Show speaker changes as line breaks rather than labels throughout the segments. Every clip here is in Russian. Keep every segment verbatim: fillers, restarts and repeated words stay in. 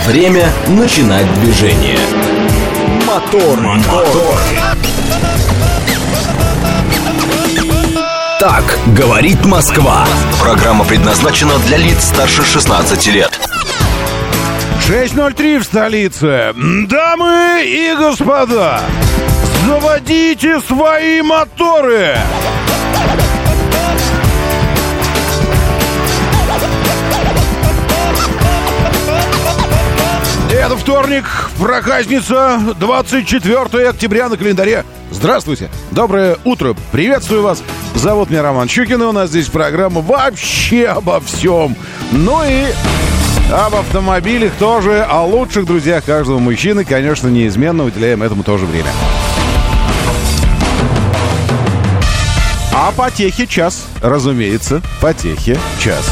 Время начинать движение. Мотор, мотор. Так говорит Москва. Программа предназначена для лиц старше шестнадцати лет.
шесть ноль три в столице. Дамы и господа, заводите свои моторы. Это вторник, проказница, двадцать четвёртое октября на календаре. Здравствуйте, доброе утро, приветствую вас. Зовут меня Роман Щукин, и у нас здесь программа вообще обо всем. Ну и об автомобилях тоже, о лучших друзьях каждого мужчины, конечно, неизменно уделяем этому тоже время. А потехе час, разумеется, потехе час.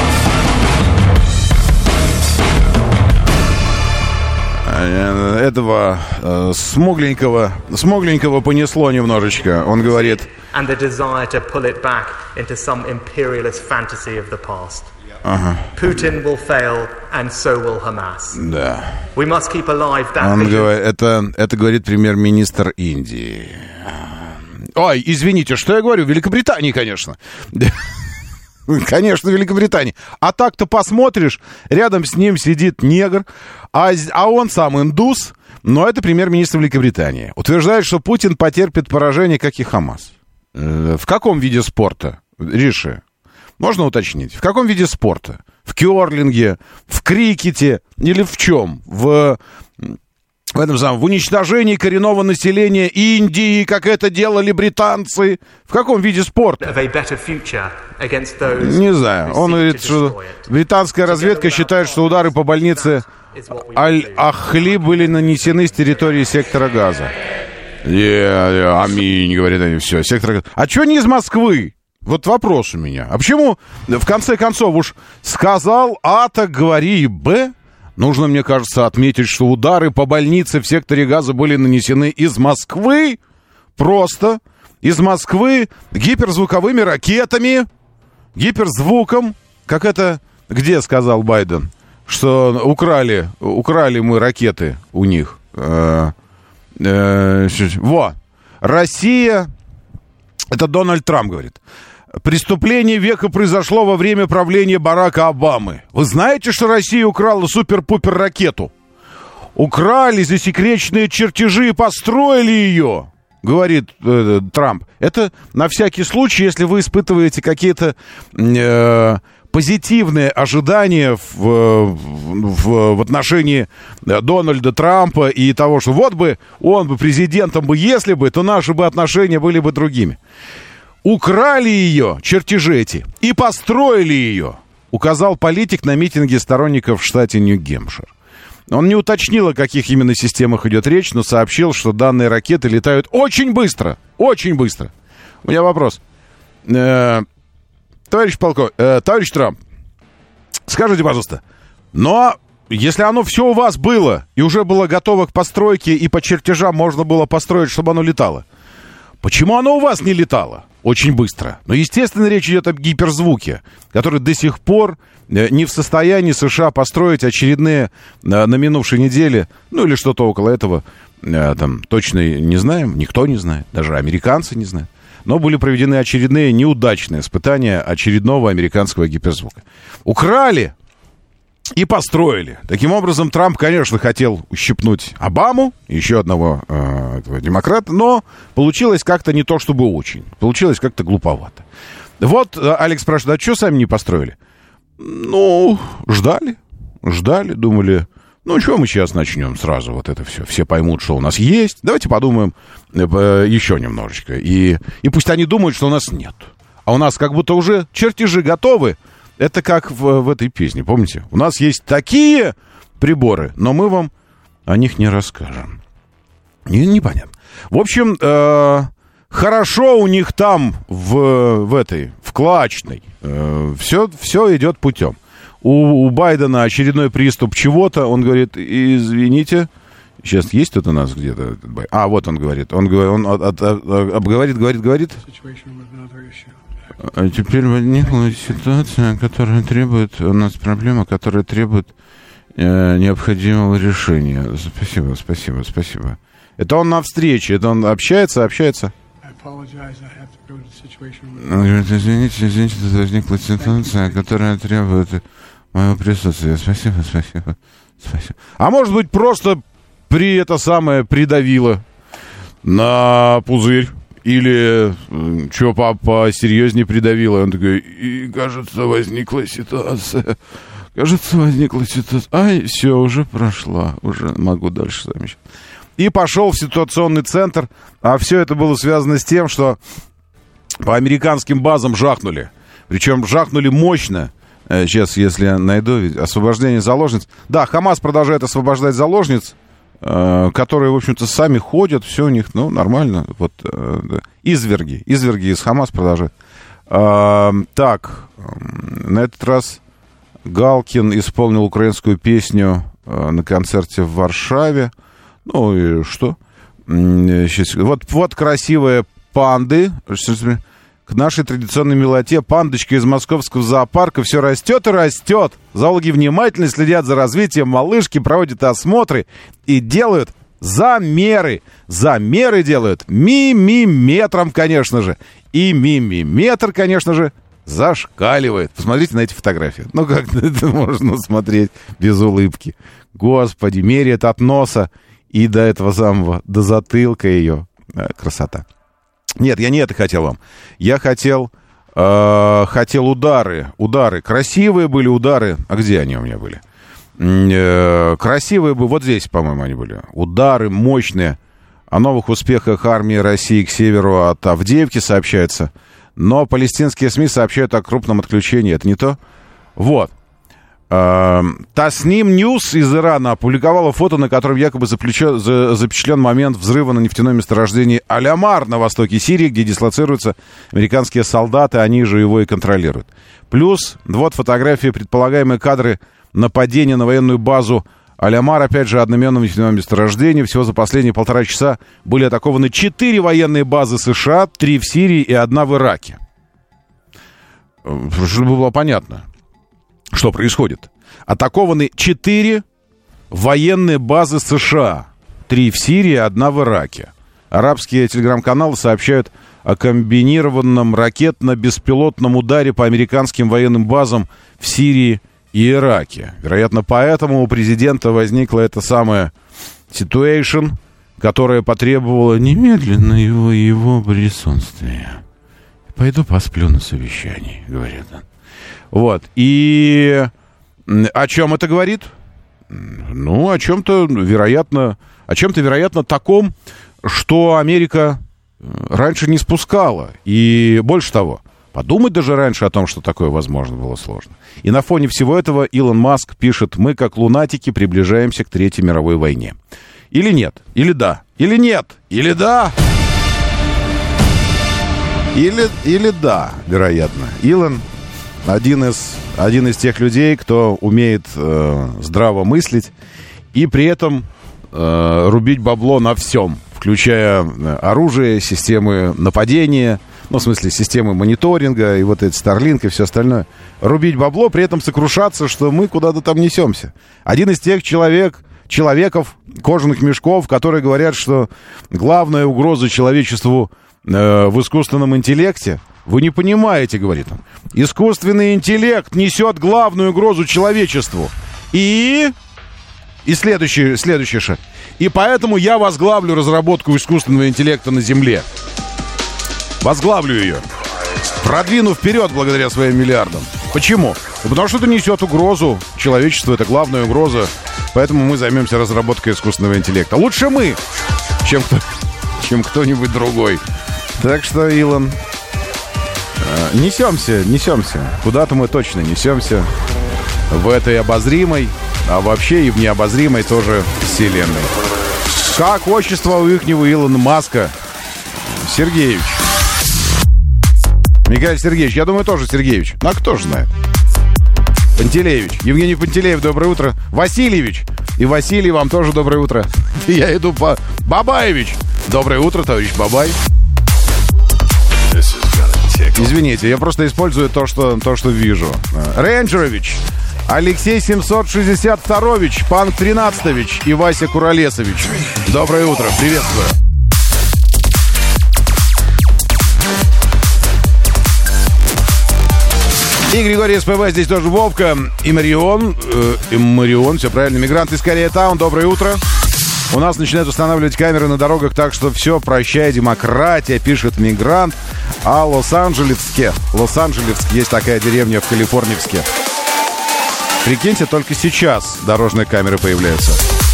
Этого э, смугленького, смугленького понесло немножечко. Он говорит...
And the desire to pull it back into some imperialist fantasy of the past.
Ага.
Putin will fail, and so will Hamas.
Да.
We must keep alive that
Он
vision.
говорит, это, это говорит премьер-министр Индии. Ой, извините, что я говорю? Великобритании, конечно. Конечно, Великобритании. А так-то посмотришь, рядом с ним сидит негр, а, а он сам индус, но это премьер-министр Великобритании. Утверждает, что Путин потерпит поражение, как и Хамас. В каком виде спорта, Риши? Можно уточнить? В каком виде спорта? В кёрлинге, в крикете или в чем? В... В этом самом, в уничтожении коренного населения Индии, как это делали британцы. В каком виде спорта? Не знаю. Он говорит, что британская разведка считает, что удары по больнице Аль-Ахли были нанесены с территории сектора Газа. Yeah, аминь, говорят они, все, сектор Газа. А что не из Москвы? Вот вопрос у меня. А почему, в конце концов, уж сказал А, так говори и Б? Нужно, мне кажется, отметить, что удары по больнице в секторе Газа были нанесены из Москвы, просто из Москвы гиперзвуковыми ракетами, гиперзвуком, как это, где сказал Байден, что украли, украли мы ракеты у них. Э, э, во, Россия, это Дональд Трамп говорит. Преступление века произошло во время правления Барака Обамы. Вы знаете, что Россия украла супер-пупер ракету? Украли засекреченные чертежи и построили ее, говорит э, Трамп. Это на всякий случай, если вы испытываете какие-то э, позитивные ожидания в, в, в отношении Дональда Трампа и того, что вот бы он бы президентом бы, если бы, то наши бы отношения были бы другими. Украли ее, чертежи эти, и построили ее, указал политик на митинге сторонников в штате Нью-Гэмпшир. Он не уточнил, о каких именно системах идет речь, но сообщил, что данные ракеты летают очень быстро, очень быстро. У меня вопрос. Э, товарищ полковник, э, товарищ Трамп, скажите, пожалуйста, но если оно все у вас было, и уже было готово к постройке, и по чертежам можно было построить, чтобы оно летало, почему оно у вас не летало очень быстро? Но, естественно, речь идет об гиперзвуке, который до сих пор не в состоянии США построить очередные на минувшей неделе, ну или что-то около этого, там, точно не знаем, никто не знает, даже американцы не знают. Но были проведены очередные неудачные испытания очередного американского гиперзвука. Украли и построили. Таким образом, Трамп, конечно, хотел ущипнуть Обаму, еще одного э, этого демократа, но получилось как-то не то, чтобы очень. Получилось как-то глуповато. Вот Алекс спрашивает, а что сами не построили? Ну, ждали, ждали, думали, ну, что мы сейчас начнем сразу вот это все. Все поймут, что у нас есть. Давайте подумаем э, еще немножечко. И, и пусть они думают, что у нас нет. А у нас как будто уже чертежи готовы. Это как в, в этой песне, помните? У нас есть такие приборы, но мы вам о них не расскажем. Не, непонятно. В общем, э, хорошо у них там в, в этой, в Клачной. Э, все, все идет путем. У, у Байдена очередной приступ чего-то. Он говорит, извините, сейчас есть тут у нас где-то... А, вот он говорит. Он, он от, от, от, обговорит, говорит, говорит... А теперь возникла ситуация, которая требует... У нас проблема, которая требует э, необходимого решения. Спасибо, спасибо, спасибо. Это он на встрече, это он общается, общается. Извините, извините, тут возникла ситуация, которая требует моего присутствия. Спасибо, спасибо, спасибо. А может быть, просто при это самое придавило на пузырь? Или что посерьезнее придавило? Он такой, и, кажется, возникла ситуация. Кажется, возникла ситуация. Ай, все, уже прошла. Уже могу дальше замечать. И пошел в ситуационный центр. А все это было связано с тем, что по американским базам жахнули. Причем жахнули мощно. Сейчас, если я найду, освобождение заложниц. Да, Хамас продолжает освобождать заложниц, которые, в общем-то, сами ходят, все у них, ну, нормально. Вот, изверги, изверги из Хамас продолжают. Так, на этот раз Галкин исполнил украинскую песню на концерте в Варшаве. Ну, и что? Сейчас, вот, вот красивые панды. К нашей традиционной милоте пандочка из московского зоопарка все растет и растет. Зоологи внимательно следят за развитием малышки, проводят осмотры и делают замеры. Замеры делают мимиметром, конечно же. И мимиметр, конечно же, зашкаливает. Посмотрите на эти фотографии. Ну, как это можно смотреть без улыбки? Господи, меряет от носа и до этого самого, до затылка ее. Красота. Нет, я не это хотел вам. Я хотел, э, хотел удары. Удары. Красивые были удары. А где они у меня были? Э, красивые были. Вот здесь, по-моему, они были. Удары мощные. О новых успехах армии России к северу от Авдеевки сообщается. Но палестинские СМИ сообщают о крупном отключении. Это не то? Вот. Тасним Ньюс из Ирана опубликовала фото, на котором якобы запечатлен момент взрыва на нефтяном месторождении Аль-Амар на востоке Сирии, где дислоцируются американские солдаты, они же его и контролируют. Плюс, вот фотографии, предполагаемые кадры нападения на военную базу Аль-Амар, опять же, одноименном нефтяном месторождении. Всего за последние полтора часа были атакованы четыре военные базы США, три в Сирии и одна в Ираке. Чтобы было понятно, что происходит. Атакованы четыре военные базы США. Три в Сирии, одна в Ираке. Арабские телеграм-каналы сообщают о комбинированном ракетно-беспилотном ударе по американским военным базам в Сирии и Ираке. Вероятно, поэтому у президента возникла эта самая ситуация, которая потребовала немедленно его, его присутствия. «Пойду посплю на совещании», — говорит он. Вот. И о чем это говорит? Ну, о чем-то, вероятно, о чем-то, вероятно, таком, что Америка раньше не спускала. И больше того, подумать даже раньше о том, что такое возможно, было сложно. И на фоне всего этого Илон Маск пишет: мы, как лунатики, приближаемся к Третьей мировой войне. Или нет? Или да? Или нет? Или да? Или, или да, вероятно. Илон один из, один из тех людей, кто умеет э, здраво мыслить и при этом э, рубить бабло на всем, включая оружие, системы нападения, ну, в смысле, системы мониторинга и вот эти Starlink и все остальное. Рубить бабло, при этом сокрушаться, что мы куда-то там несемся. Один из тех человек, человеков, кожаных мешков, которые говорят, что главная угроза человечеству э, в искусственном интеллекте. Вы не понимаете, говорит он. Искусственный интеллект несет главную угрозу человечеству. И... И следующий, следующий шаг. И поэтому я возглавлю разработку искусственного интеллекта на Земле. Возглавлю ее. Продвину вперед благодаря своим миллиардам. Почему? Потому что это несет угрозу человечеству. Это главная угроза. Поэтому мы займемся разработкой искусственного интеллекта. Лучше мы, чем, кто, чем кто-нибудь другой. Так что, Илон... Несемся, несемся. Куда-то мы точно несемся. В этой обозримой, а вообще и в необозримой тоже вселенной. Как отчество у ихнего Илона Маска? Сергеевич. Михаил Сергеевич, я думаю, тоже Сергеевич. Ну, а кто же знает? Пантелеевич. Евгений Пантелеев, доброе утро. Васильевич. И Василий, вам тоже доброе утро. Я иду по... Бабаевич. Доброе утро, товарищ Бабай. Извините, я просто использую то, что, то, что вижу. Рейнджерович. Алексей семьсот шестьдесят вторович, Панк тринадцатович и Вася Куролесович. Доброе утро, приветствую. И Григорий СПВ, здесь тоже Вовка, и Марион, э, и Марион, все правильно, мигрант из Кореятаун, доброе утро. У нас начинают устанавливать камеры на дорогах, так что все, прощай, демократия, пишет мигрант. А Лос-Анджелеске, Лос-Анджелеске, есть такая деревня в Калифорниевске. Прикиньте, только сейчас дорожные камеры появляются.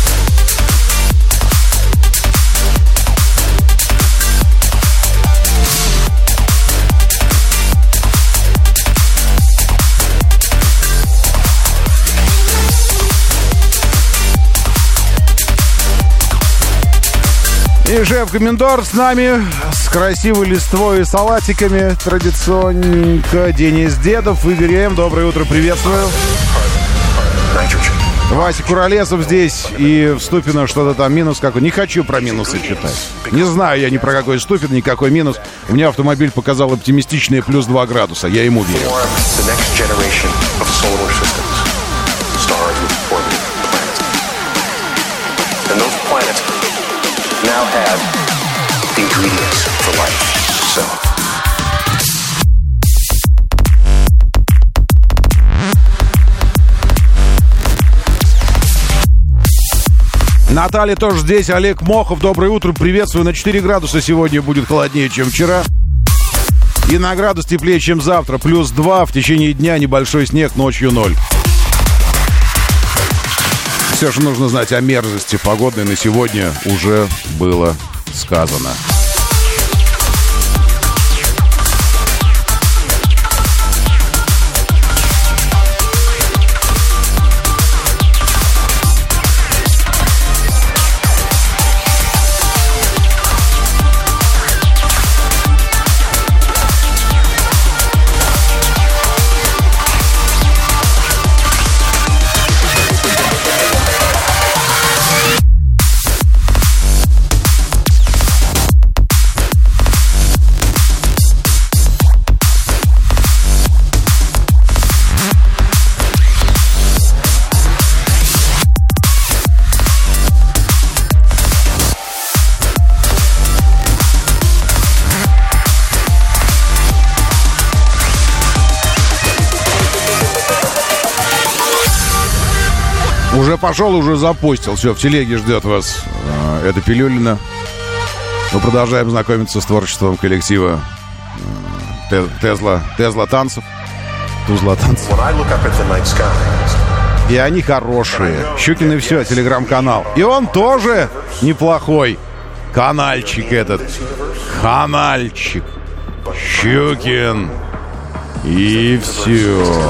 И шеф-комендор с нами, с красивой листвой и салатиками, традиционненько. Денис Дедов, Игорь М. Доброе утро, приветствую. Вася Куролесов здесь, и в Ступино что-то там минус какой. Не хочу про минусы читать. Не знаю я ни про какой Ступино, никакой минус. У меня автомобиль показал оптимистичные плюс два градуса. Я ему верю. Now have the ingredients for life. So. Наталья тоже здесь, Олег Мохов, доброе утро, приветствую. На четыре градуса сегодня будет холоднее, чем вчера. И на градус теплее, чем завтра, плюс два. В течение дня небольшой снег, ночью ноль. Все же нужно знать о мерзости погодной на сегодня уже было сказано. Уже пошел, уже запостил. Все, в телеге ждет вас э, эта пилюлина. Мы продолжаем знакомиться с творчеством коллектива э, Тезла, Тезла танцев. Тузла танцев. И они хорошие. Щукин и все, телеграм-канал. И он тоже неплохой. Канальчик этот. Канальчик. Щукин. И все.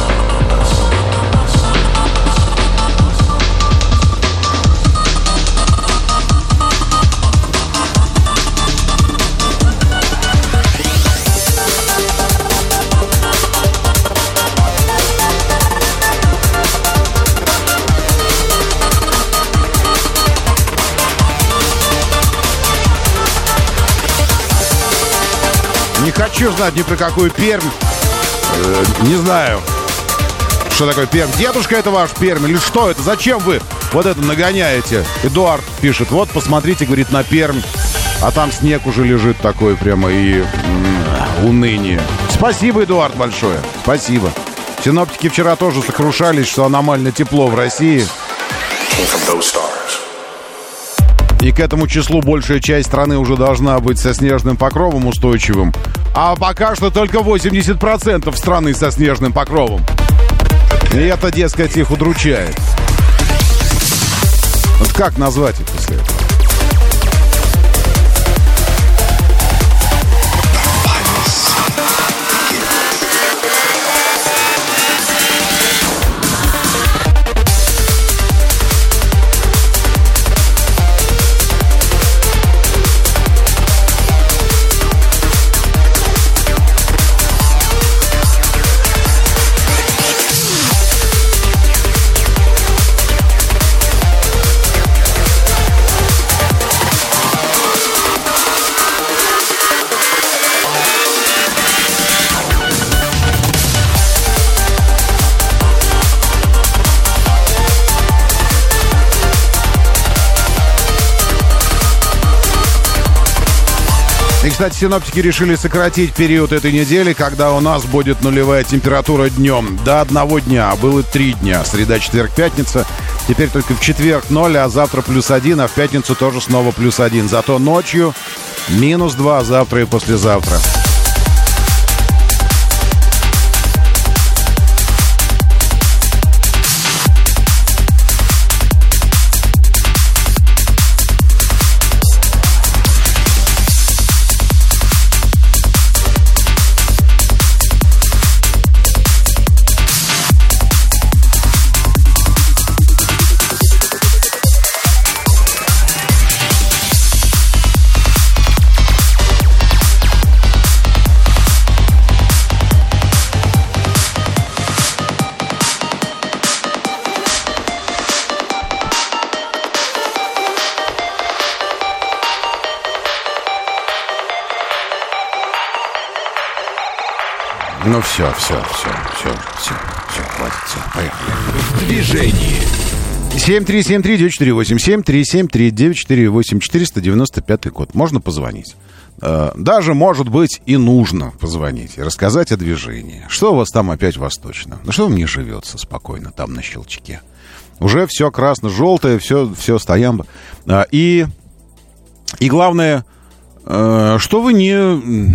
Не хочу знать ни про какую Пермь. Э, не знаю, что такое Пермь. Дедушка это ваш Пермь или что это? Зачем вы вот это нагоняете? Эдуард пишет. Вот, посмотрите, говорит, на Пермь. А там снег уже лежит такой прямо и м-м, уныние. Спасибо, Эдуард, большое. Спасибо. Синоптики вчера тоже сокрушались, что аномально тепло в России. И к этому числу большая часть страны уже должна быть со снежным покровом устойчивым. А пока что только восемьдесят процентов страны со снежным покровом. И это, дескать, их удручает. Вот как назвать это после этого? И, кстати, синоптики решили сократить период этой недели, когда у нас будет нулевая температура днем до одного дня. Было три дня. Среда, четверг, пятница. Теперь только в четверг ноль, а завтра плюс один, а в пятницу тоже снова плюс один. Зато ночью минус два завтра и послезавтра. Ну все, все, все, все, все, все, хватит, все, поехали.
В движении.
семь три семь три девять четыре восемь, семь три семь три девять четыре восемь, четыреста девяносто пятый код. Можно позвонить. Даже, может быть, и нужно позвонить и рассказать о движении. Что у вас там опять восточно? Ну что вам не живется спокойно там на Щелчаке? Уже все красно-желтое, все, все стоямба. И, и главное, что вы не...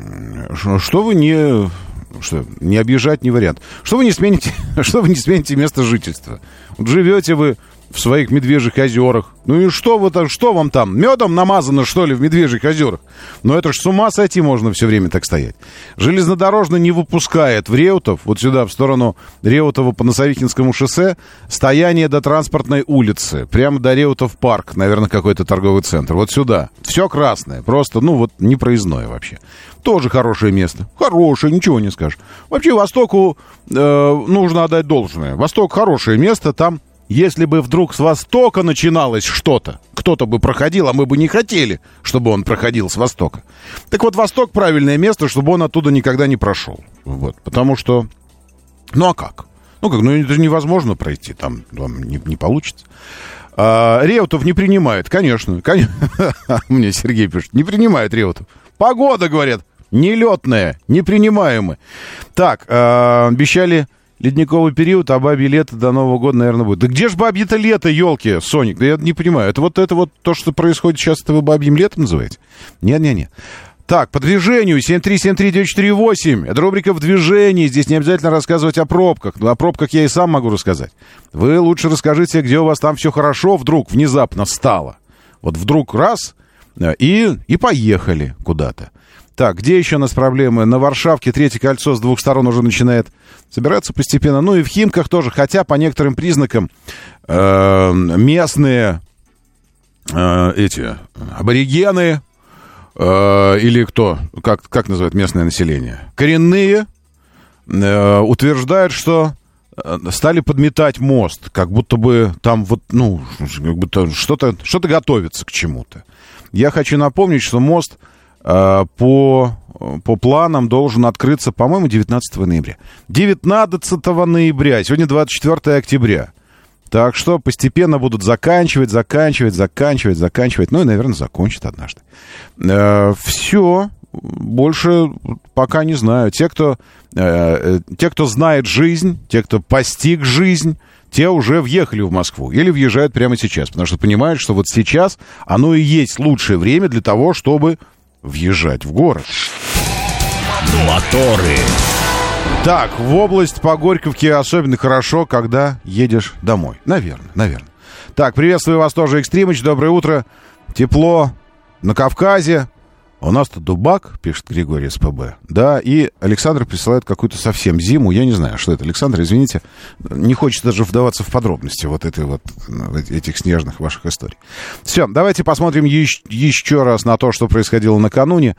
Что вы не... Что, не объезжать не вариант. Что вы не смените, что вы не смените место жительства? Вот живете вы в своих Медвежьих озерах. Ну и что вы там, что вам там? Медом намазано, что ли, в Медвежьих озерах? Ну это ж с ума сойти можно все время так стоять. Железнодорожный не выпускает в Реутов, вот сюда, в сторону Реутова по Носовихинскому шоссе, стояние до Транспортной улицы. Прямо до Реутов парк, наверное, какой-то торговый центр. Вот сюда. Все красное. Просто, ну вот, непроездное вообще. Тоже хорошее место. Хорошее, ничего не скажешь. Вообще, Востоку э, нужно отдать должное. Восток хорошее место. Там, если бы вдруг с Востока начиналось что-то, кто-то бы проходил, а мы бы не хотели, чтобы он проходил с Востока. Так вот, Восток правильное место, чтобы он оттуда никогда не прошел. Вот, потому что... Ну, а как? Ну, как? Ну, это же невозможно пройти. Там, там не, не получится. А, Реутов не принимает, конечно. конечно. Мне Сергей пишет. Не принимает Реутов. Погода, говорят. Нелетная, непринимаемая. Так, э, обещали ледниковый период, а бабье лето до Нового года, наверное, будет. Да где же бабье-то лето, елки, Соник? Да я не понимаю. Это вот это вот то, что происходит сейчас, это вы бабьим летом называете? Нет-нет-нет. Так, по движению семь три семь три девять четыре восемь. Это рубрика «В движении». Здесь не обязательно рассказывать о пробках. О пробках я и сам могу рассказать. Вы лучше расскажите, где у вас там все хорошо вдруг внезапно стало. Вот вдруг раз и, и поехали куда-то. Так, где еще у нас проблемы? На Варшавке третье кольцо с двух сторон уже начинает собираться постепенно. Ну и в Химках тоже, хотя по некоторым признакам э, местные э, эти аборигены э, или кто, как, как называют местное население, коренные, э, утверждают, что стали подметать мост, как будто бы там вот, ну, как будто что-то, что-то готовится к чему-то. Я хочу напомнить, что мост По, по планам должен открыться, по-моему, девятнадцатого ноября. девятнадцатого ноября, сегодня двадцать четвёртое октября. Так что постепенно будут заканчивать, заканчивать, заканчивать, заканчивать. Ну и, наверное, закончат однажды. Э, все, больше пока не знаю. Те, кто, э, те, кто знает жизнь, те, кто постиг жизнь, те уже въехали в Москву или въезжают прямо сейчас. Потому что понимают, что вот сейчас оно и есть лучшее время для того, чтобы въезжать в город.
Моторы.
Так, в область по Горьковке особенно хорошо, когда едешь домой. Наверное, наверное. Так, приветствую вас тоже, Экстримыч. Доброе утро. Тепло на Кавказе. У нас тут дубак, пишет Григорий СПБ. Да, и Александр присылает какую-то совсем зиму. Я не знаю, что это. Александр, извините, не хочется даже вдаваться в подробности вот этой вот, этих снежных ваших историй. Все, давайте посмотрим еще, еще раз на то, что происходило накануне,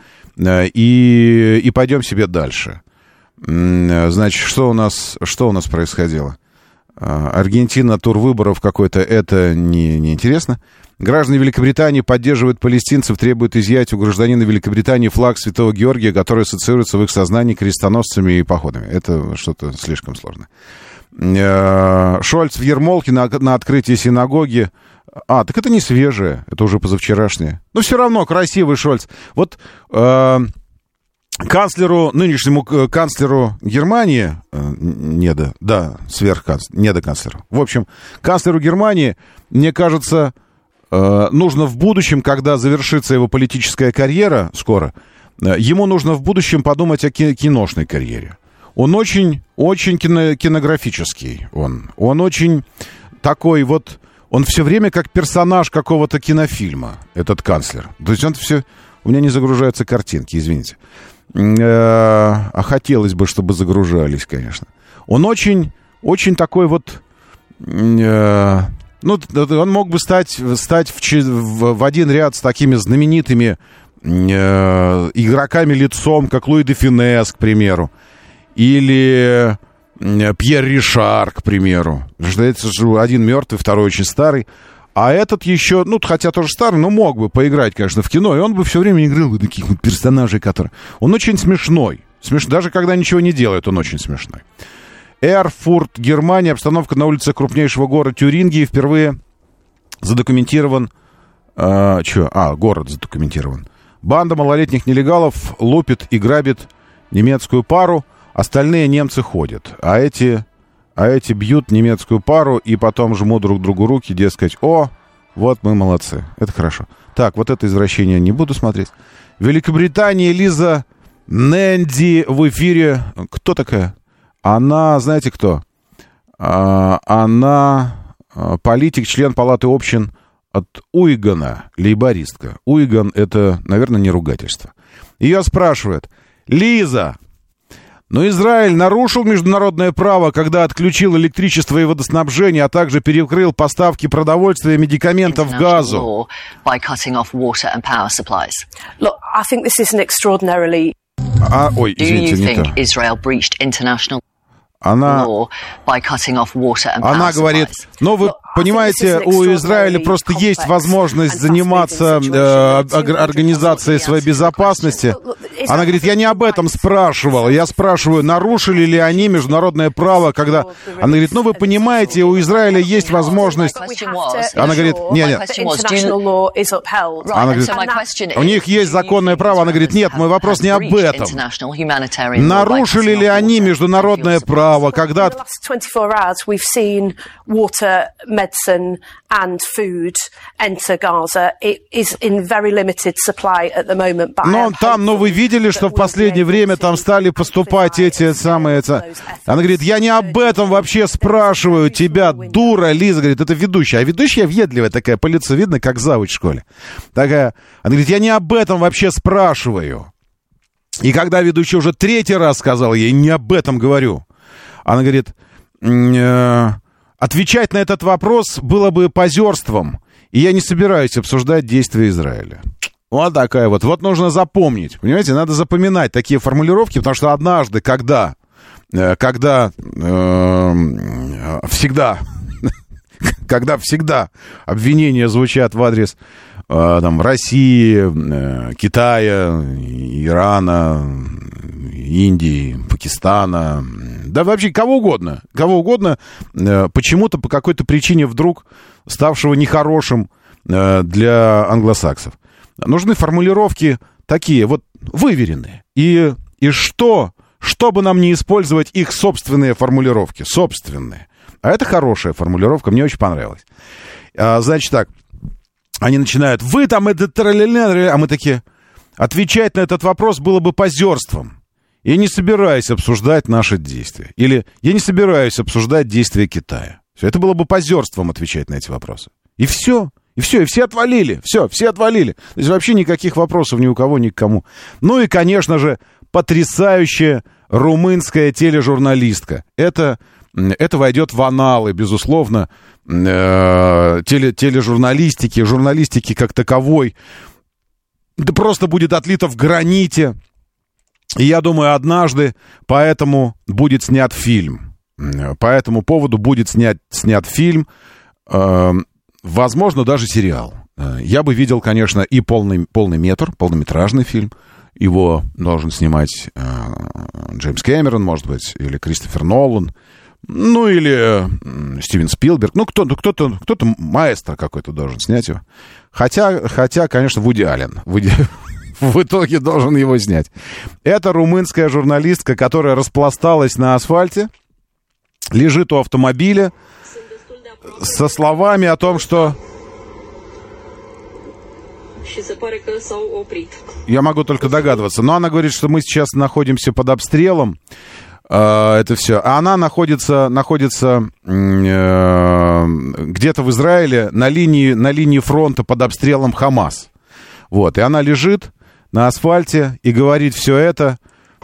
и, и пойдем себе дальше. Значит, что у нас, что у нас происходило? Аргентина, тур выборов какой-то, это не, не интересно. Граждане Великобритании поддерживают палестинцев, требуют изъять у гражданина Великобритании флаг Святого Георгия, который ассоциируется в их сознании крестоносцами и походами. Это что-то слишком сложно. Шольц в Ермолке на, на открытии синагоги А, так это не свежее, это уже позавчерашнее. Но все равно красивый Шольц. Вот э, канцлеру, нынешнему канцлеру Германии, э, недо, да, сверхканцлеру, недоканцлеру. В общем, канцлеру Германии, мне кажется, э, нужно в будущем, когда завершится его политическая карьера скоро, э, ему нужно в будущем подумать о ки- киношной карьере. Он очень, очень кино, кинографический. Он, он очень такой вот... Он все время как персонаж какого-то кинофильма, этот канцлер. То есть он все... У меня не загружаются картинки, извините. А хотелось бы, чтобы загружались, конечно. Он очень, очень такой вот... Ну, он мог бы стать, стать в, в, в один ряд с такими знаменитыми игроками лицом, как Луи де Фюнес, к примеру. Или... Пьер Ришар, к примеру. Один мертвый, второй очень старый. А этот еще, ну, хотя тоже старый, но мог бы поиграть, конечно, в кино. И он бы все время играл вот таких вот персонажей, которые... Он очень смешной. Смеш... Даже когда ничего не делает, он очень смешной. Эрфурт, Германия. Обстановка на улице крупнейшего города Тюрингии. Впервые задокументирован... А, что? А, город задокументирован. Банда малолетних нелегалов лупит и грабит немецкую пару. Остальные немцы ходят, а эти, а эти бьют немецкую пару и потом жмут друг другу руки, дескать, о, вот мы молодцы, это хорошо. Так, вот это извращение не буду смотреть. В Великобритании Лиза Нэнди в эфире. Кто такая? Она, знаете кто? А, она политик, член Палаты общин от Уигана, лейбористка. Уиган — это, наверное, не ругательство. Ее спрашивают, Лиза... Но Израиль нарушил международное право, когда отключил электричество и водоснабжение, а также перекрыл поставки продовольствия и медикаментов Газу. А, ой, извините, не то. Она, она говорит, ну вы понимаете, у Израиля просто есть возможность заниматься э, организацией своей безопасности. Она говорит, я не об этом спрашивала, я спрашиваю, нарушили ли они международное право, когда... Она говорит, ну вы понимаете, у Израиля есть возможность... Она говорит, нет, нет. Она говорит, у них есть законное право. Она говорит, нет, мой вопрос не об этом. Нарушили ли они международное право? Когда... Но там, ну вы видели, что в последнее время там стали поступать эти самые... Это... Она говорит, я не об этом вообще спрашиваю тебя, дура, Лиза. Говорит, это ведущая. А ведущая въедливая такая, по лицу видно, как завуч в школе. Такая... Она говорит, я не об этом вообще спрашиваю. И когда ведущая уже третий раз сказала, я не об этом говорю. Она говорит, э, отвечать на этот вопрос было бы позерством, и я не собираюсь обсуждать действия Израиля. Вот такая вот. Вот нужно запомнить, понимаете, надо запоминать такие формулировки, потому что однажды, когда, э, когда э, всегда, когда всегда обвинения звучат в адрес э, там, России, э, Китая, Ирана, Индии, Пакистана, да вообще кого угодно, кого угодно, э, почему-то по какой-то причине вдруг ставшего нехорошим э, для англосаксов. Нужны формулировки такие, вот выверенные. И, и что, чтобы нам не использовать их собственные формулировки, собственные. А это хорошая формулировка, мне очень понравилась. А, значит так, они начинают, вы там это... А мы такие, отвечать на этот вопрос было бы позерством. Я не собираюсь обсуждать наши действия. Или я не собираюсь обсуждать действия Китая. Все, это было бы позерством отвечать на эти вопросы. И все. И все, и все отвалили. Все, все отвалили. То есть вообще никаких вопросов ни у кого, ни к кому. Ну и, конечно же, потрясающая румынская тележурналистка. Это, это войдет в аналы, безусловно, э, теле, тележурналистики, журналистики как таковой. Это просто будет отлито в граните. И я думаю, однажды по этому будет снят фильм. По этому поводу будет снят, снят фильм, э, возможно, даже сериал. Я бы видел, конечно, и полный, полный метр, полнометражный фильм. Его должен снимать э, Джеймс Кэмерон, может быть, или Кристофер Нолан. Ну, или э, Стивен Спилберг. Ну, кто-то, кто-то, кто-то маэстро какой-то должен снять его. Хотя, хотя, конечно, Вуди Аллен. Вуди... в итоге должен его снять. Это румынская журналистка, которая распласталась на асфальте, лежит у автомобиля со словами о том, что... Я могу только догадываться. Но она говорит, что мы сейчас находимся под обстрелом. Э, это все. А она находится, находится э, где-то в Израиле на линии, на линии фронта под обстрелом Хамас. Вот. И она лежит на асфальте и говорит все это.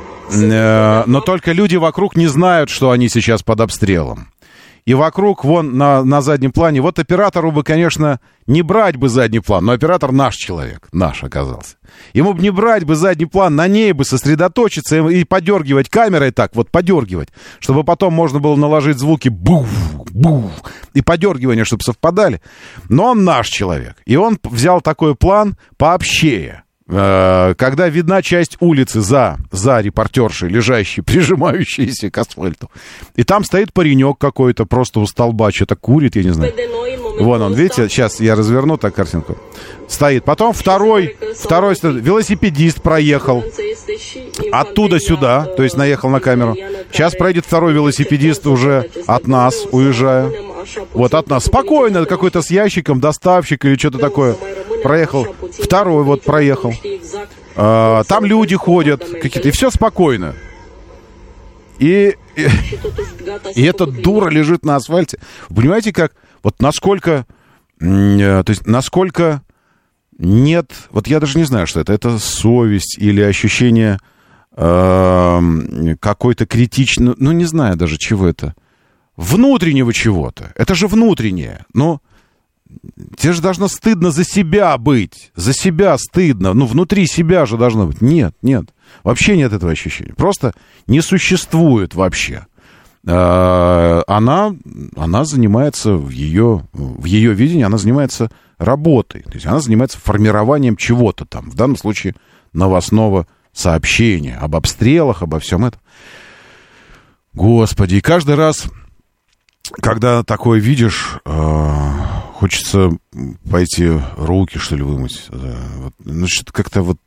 Э, но только люди вокруг не знают, что они сейчас под обстрелом. И вокруг, вон, на, на заднем плане, вот оператору бы, конечно, не брать бы задний план, но оператор наш человек, наш оказался. Ему бы не брать бы задний план, на ней бы сосредоточиться и подергивать камерой так, вот подергивать, чтобы потом можно было наложить звуки буф, буф, и подергивания, чтобы совпадали. Но он наш человек, и он взял такой план пообщее. Когда видна часть улицы за, за репортершей, лежащей, прижимающейся к асфальту. И там стоит паренек какой-то, просто у столба, что-то курит, я не знаю. Вон он, видите, сейчас я разверну так картинку. Стоит. Потом второй, второй велосипедист проехал оттуда сюда, то есть наехал на камеру. Сейчас пройдет второй велосипедист уже от нас, уезжая. Вот от нас. Спокойно, какой-то с ящиком, доставщик или что-то такое. Проехал. Второй вот проехал. А, там люди ходят какие-то. И все спокойно. И, и, и эта дура лежит на асфальте. Вы понимаете, как... Вот насколько... То есть, насколько нет... Вот я даже не знаю, что это. Это совесть или ощущение э, какой-то критичной... Ну, не знаю даже, чего это. Внутреннего чего-то. Это же внутреннее. Но... Тебе же должно стыдно за себя быть. За себя стыдно. Ну, внутри себя же должно быть. Нет, нет. Вообще нет этого ощущения. Просто не существует вообще. Она, она занимается в ее, в ее видении, она занимается работой. То есть она занимается формированием чего-то там. В данном случае новостного сообщения об обстрелах, обо всем этом. Господи, и каждый раз, когда такое видишь... Хочется пойти руки, что ли, вымыть. Вот, ну, что-то как-то вот...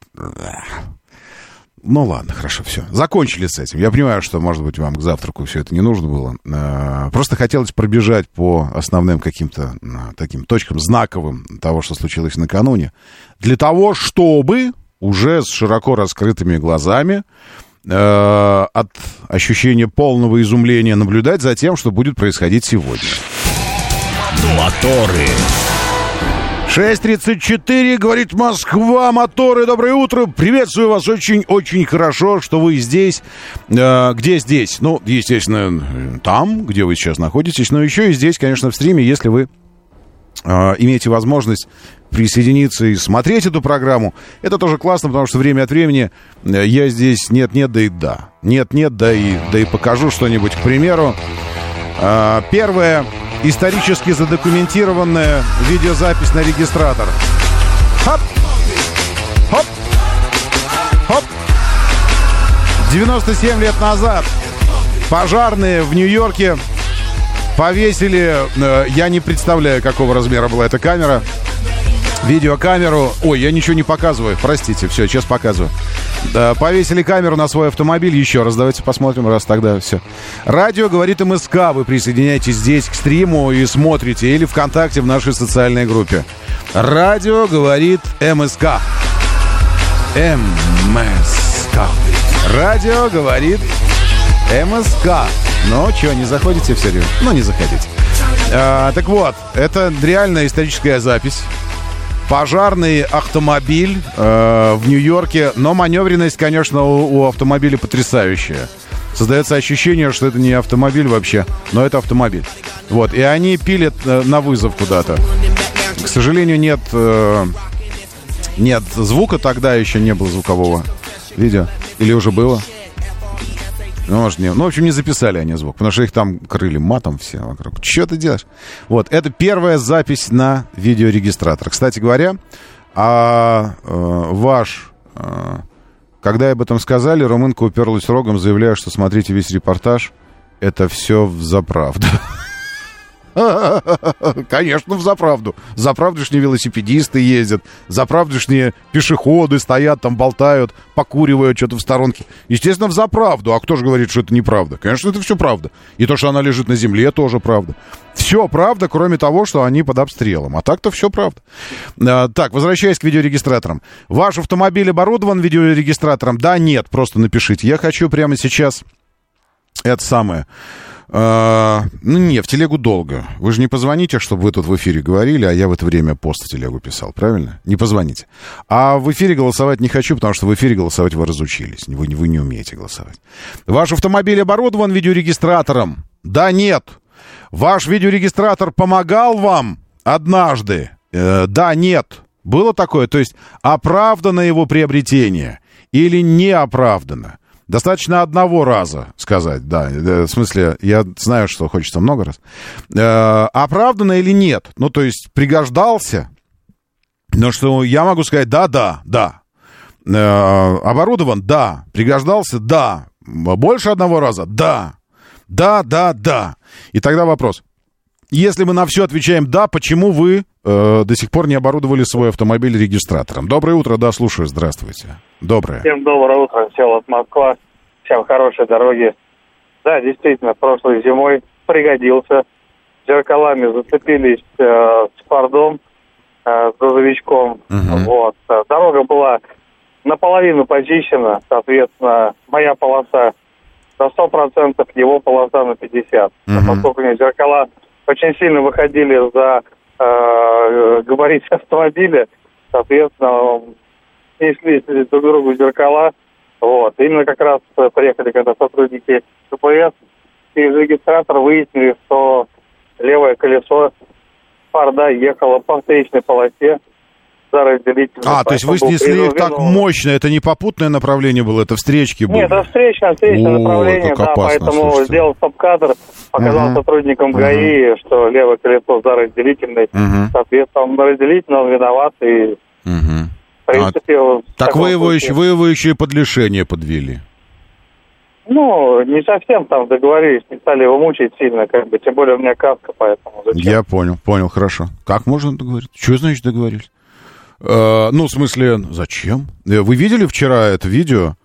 Ну, ладно, хорошо, все. Закончили с этим. Я понимаю, что, может быть, вам к завтраку все это не нужно было. Просто хотелось пробежать по основным каким-то таким точкам знаковым того, что случилось накануне. Для того, чтобы уже с широко раскрытыми глазами от ощущения полного изумления наблюдать за тем, что будет происходить сегодня.
Моторы.
шесть тридцать четыре, говорит Москва, моторы, доброе утро, приветствую вас очень-очень хорошо, что вы здесь. Э, где здесь? Ну, естественно, там, где вы сейчас находитесь, но еще и здесь, конечно, в стриме, если вы э, имеете возможность присоединиться и смотреть эту программу. Это тоже классно, потому что время от времени я здесь нет-нет, да и да. Нет-нет, да и, да и покажу что-нибудь, к примеру. Э, первое... Исторически задокументированная видеозапись на регистратор. Хоп! Хоп! Хоп! девяносто семь лет назад пожарные в Нью-Йорке повесили... Э, я не представляю, какого размера была эта камера. Видеокамеру... Ой, я ничего не показываю. Простите, все, сейчас показываю. Э, повесили камеру на свой автомобиль. Еще раз давайте посмотрим, раз тогда все. Радио говорит МСК. Вы присоединяйтесь здесь к стриму и смотрите. Или ВКонтакте в нашей социальной группе. Радио говорит МСК. МСК. Радио говорит МСК. Ну, что, не заходите в серию? Ну, не заходите. А, так вот, это реальная историческая запись. Пожарный автомобиль э, в Нью-Йорке. Но маневренность, конечно, у, у автомобиля потрясающая. Создается ощущение, что это не автомобиль вообще, но это автомобиль. Вот, и они пилят э, на вызов куда-то. К сожалению, нет, э, нет звука, тогда еще не было звукового видео. Или уже было? Ну, может, не. Ну, в общем, не записали они звук, потому что их там крыли матом все вокруг. Что ты делаешь? Вот, это первая запись на видеорегистратор. Кстати говоря, а, э, ваш... Э, когда об этом сказали, румынка уперлась рогом, заявляя, что смотрите весь репортаж. это все взаправду. Конечно, взаправду. Заправдышние велосипедисты ездят, заправдышние пешеходы стоят там, болтают, покуривают что-то в сторонке. Естественно, взаправду. А кто же говорит, что это неправда? Конечно, это все правда. И то, что она лежит на земле, тоже правда. Все правда, кроме того, что они под обстрелом. А так-то все правда. А, так, возвращаясь к видеорегистраторам. Ваш автомобиль оборудован видеорегистратором? Да, нет, просто напишите. Я хочу прямо сейчас это самое... А, ну, не, в телегу долго. Вы же не позвоните, чтобы вы тут в эфире говорили, а я в это время пост в телегу писал, правильно? Не позвоните. А в эфире голосовать не хочу, потому что в эфире голосовать вы разучились. Вы, вы не умеете голосовать. Ваш автомобиль оборудован видеорегистратором? Да, нет. Ваш видеорегистратор помогал вам однажды? Э, да, нет. Было такое? То есть оправдано его приобретение или не оправдано? Достаточно одного раза сказать, да, в смысле, я знаю, что хочется много раз. Э, оправдано или нет? Ну, то есть, пригождался, но что я могу сказать, да, да, да. Э, оборудован, да. Пригождался, да. Больше одного раза, да. Да, да, да. И тогда вопрос. Если мы на все отвечаем «да», почему вы э, до сих пор не оборудовали свой автомобиль регистратором? Доброе утро, да, слушаю, здравствуйте. Доброе.
Всем доброе утро, село Москва, всем хорошей дороги. Да, действительно, прошлой зимой пригодился. Зеркалами зацепились э, с фордом, э, с грузовичком. Uh-huh. Вот. Дорога была наполовину почищена, соответственно, моя полоса на сто процентов, его полоса на пятьдесят процентов. Uh-huh. А поскольку у меня зеркала очень сильно выходили за э, габарит автомобиля, соответственно, снесли друг другу зеркала. Вот. Именно как раз приехали, когда сотрудники ДПС, через регистратор выяснили, что левое колесо форда ехало по встречной полосе.
А, то есть вы снесли их так мощно, это не попутное направление было, это встречки были?
Нет, это встречное, встречное О, направление, да, опасно, поэтому слушайте. Сделал стоп-кадр, показал uh-huh. сотрудникам uh-huh. ГАИ, что левое колесо за разделительной, uh-huh. соответственно, он разделительно, он виноват, и uh-huh. в принципе...
А, так вы его, еще, вы его еще и под лишение подвели?
Ну, не совсем там договорились, не стали его мучить сильно, как бы, тем более у меня каска, поэтому зачем?
Я понял, понял, хорошо. Как можно договориться? Что значит договорились? Ну, в смысле, зачем? Вы видели вчера это видео,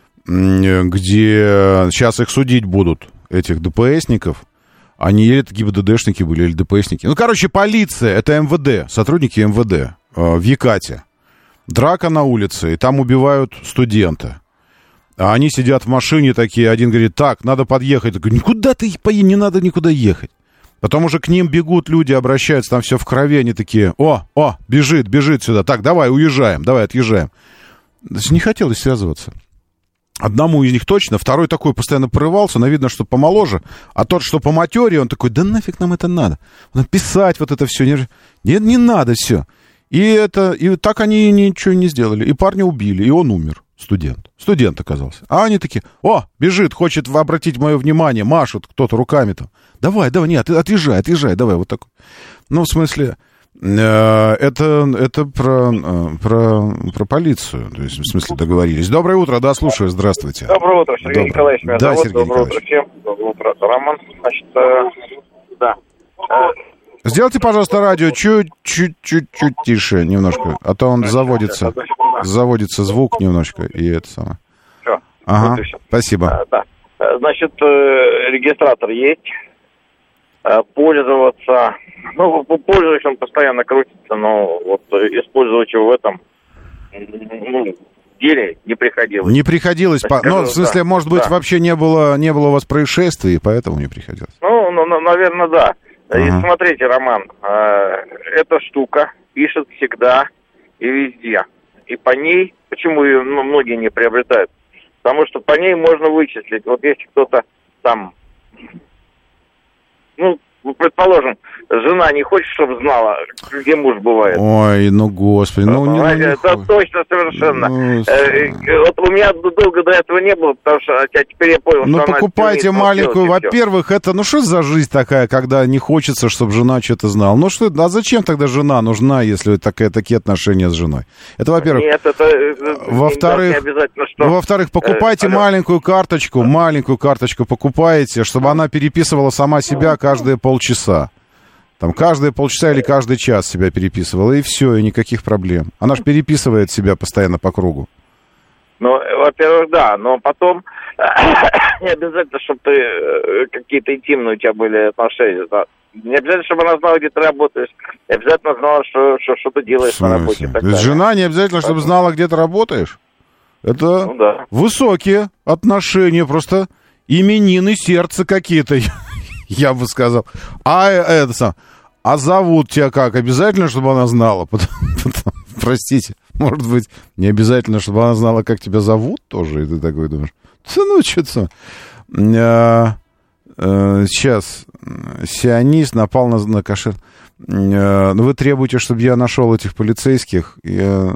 где сейчас их судить будут, этих ДПСников? Они или это ГИБДДшники были, или ДПСники. Ну, короче, полиция, это МВД, сотрудники МВД в Якате. Драка на улице, и там убивают студента. А они сидят в машине такие, один говорит, так, надо подъехать. Я говорю, никуда ты поедешь, не надо никуда ехать. Потом уже к ним бегут люди, обращаются, там все в крови, они такие, о, о, бежит, бежит сюда, так, давай, уезжаем, давай, отъезжаем. Не хотелось связываться. Одному из них точно, второй такой постоянно порывался, но видно, что помоложе, а тот, что по материи, он такой, да нафиг нам это надо, написать вот это все, нет, не надо все. И это, и так они ничего не сделали, и парня убили, и он умер, студент, студент оказался. А они такие, о, бежит, хочет обратить мое внимание, машут кто-то руками там. Давай, давай, нет, отъезжай, отъезжай, давай, вот так. Ну, в смысле, э, это, это про, э, про, про полицию, то есть, в смысле, договорились. Доброе утро, да, слушаю, здравствуйте.
Доброе утро, Сергей Доброе. Николаевич, меня
да,
зовут.
Сергей
Доброе утро всем, доброе утро, Роман. Значит, э, да.
Сделайте, пожалуйста, радио чуть-чуть-чуть тише немножко, а то он заводится, заводится звук немножко, и это самое.
Все.
Ага, спасибо.
А, да. Значит, э, регистратор есть. Пользоваться, ну, пользуюсь, он постоянно крутится, но вот использовать его в этом, ну, деле не приходилось.
Не приходилось, по... ну, в смысле, да, может быть, да. вообще не было, не было у вас происшествий, поэтому не приходилось.
Ну, ну наверное, да. Ага. И смотрите, Роман, эта штука пишет всегда и везде. И по ней, почему ее ну, многие не приобретают? Потому что по ней можно вычислить, вот если кто-то там... Ну,
предположим, жена не хочет, чтобы знала, где муж бывает.
Ой, ну господи, ну не, ну, не
это
хочет.
точно совершенно.
Ну,
э, вот у меня долго до этого не было, потому что а теперь я понял,
ну,
что
покупайте
она
маленькую.
делать,
Во-первых, это, ну что за жизнь такая, когда не хочется, чтобы жена что-то знала? Ну что, а зачем тогда жена нужна, если такая, такие отношения с женой? Это, во-первых.
Нет, это,
во-вторых,
не обязательно, что...
во-вторых, покупайте
э,
маленькую карточку, маленькую карточку покупаете, чтобы она переписывала сама себя каждые полчаса. Там каждые полчаса или каждый час себя переписывала, и все, и никаких проблем. Она же переписывает себя постоянно по кругу.
Ну, во-первых, да, но потом не обязательно, чтобы ты какие-то интимные у тебя были отношения. Да. Не обязательно, чтобы она знала, где ты работаешь. Не обязательно знала, что, что, что ты делаешь на работе.
То есть жена не обязательно, чтобы знала, где ты работаешь? Это
ну, да.
высокие отношения, просто именины сердца какие-то, я бы сказал. А это сам... А зовут тебя как? Обязательно, чтобы она знала? Потому, потому, простите, может быть, не обязательно, чтобы она знала, как тебя зовут тоже? И ты такой думаешь, ну, что-то... А, а, сейчас, сионист напал на, на кошель. А, ну, вы требуете, чтобы я нашел этих полицейских. Я,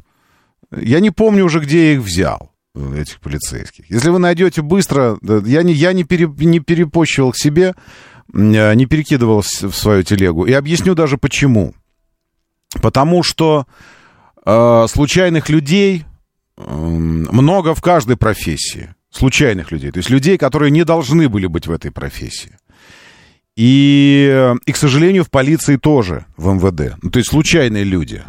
я не помню уже, где я их взял, этих полицейских. Если вы найдете быстро... Я не, я не, пере, не перепощивал к себе... не перекидывал в свою телегу. И объясню даже почему. Потому что э, случайных людей э, много в каждой профессии. Случайных людей. То есть людей, которые не должны были быть в этой профессии. И, и к сожалению, в полиции тоже, в эм вэ дэ. Ну, то есть случайные люди.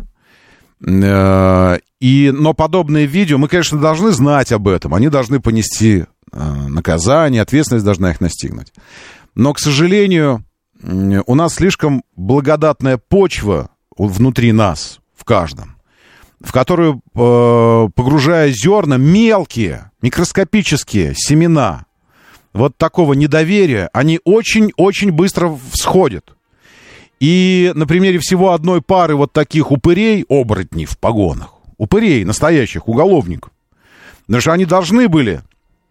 Э, и, но подобные видео, мы, конечно, должны знать об этом. Они должны понести э, наказание, ответственность должна их настигнуть. Но, к сожалению, у нас слишком благодатная почва внутри нас, в каждом, в которую, э, погружая зерна, мелкие, микроскопические семена вот такого недоверия, они очень-очень быстро всходят. И на примере всего одной пары вот таких упырей, оборотней в погонах, упырей, настоящих уголовников, потому что они должны были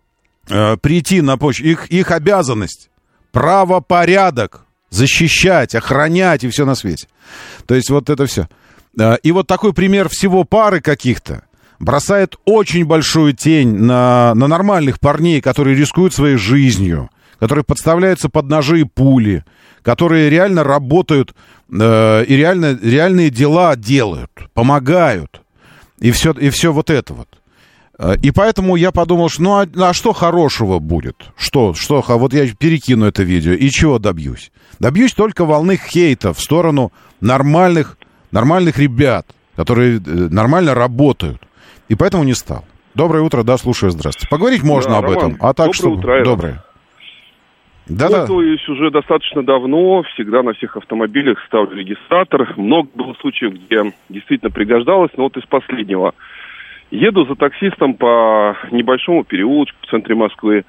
э, прийти на почву, их, их обязанность, правопорядок защищать, охранять и все на свете. То есть вот это все. И вот такой пример всего пары каких-то бросает очень большую тень на, на нормальных парней, которые рискуют своей жизнью, которые подставляются под ножи и пули, которые реально работают э, и реально, реальные дела делают, помогают. И все, и все вот это вот. И поэтому я подумал, что ну а, а что хорошего будет? Что, что, вот я перекину это видео, и чего добьюсь? Добьюсь только волны хейта в сторону нормальных, нормальных ребят, которые нормально работают. И поэтому не стал. Доброе утро, да, слушаю, здравствуйте. Поговорить можно да, об Роман, этом, а так что...
Утро,
доброе. Да-да.
Пользуюсь уже достаточно давно, всегда на всех автомобилях ставлю регистратор. Много было случаев, где действительно пригождалось, но вот из последнего... Еду за таксистом по небольшому переулочку в центре Москвы.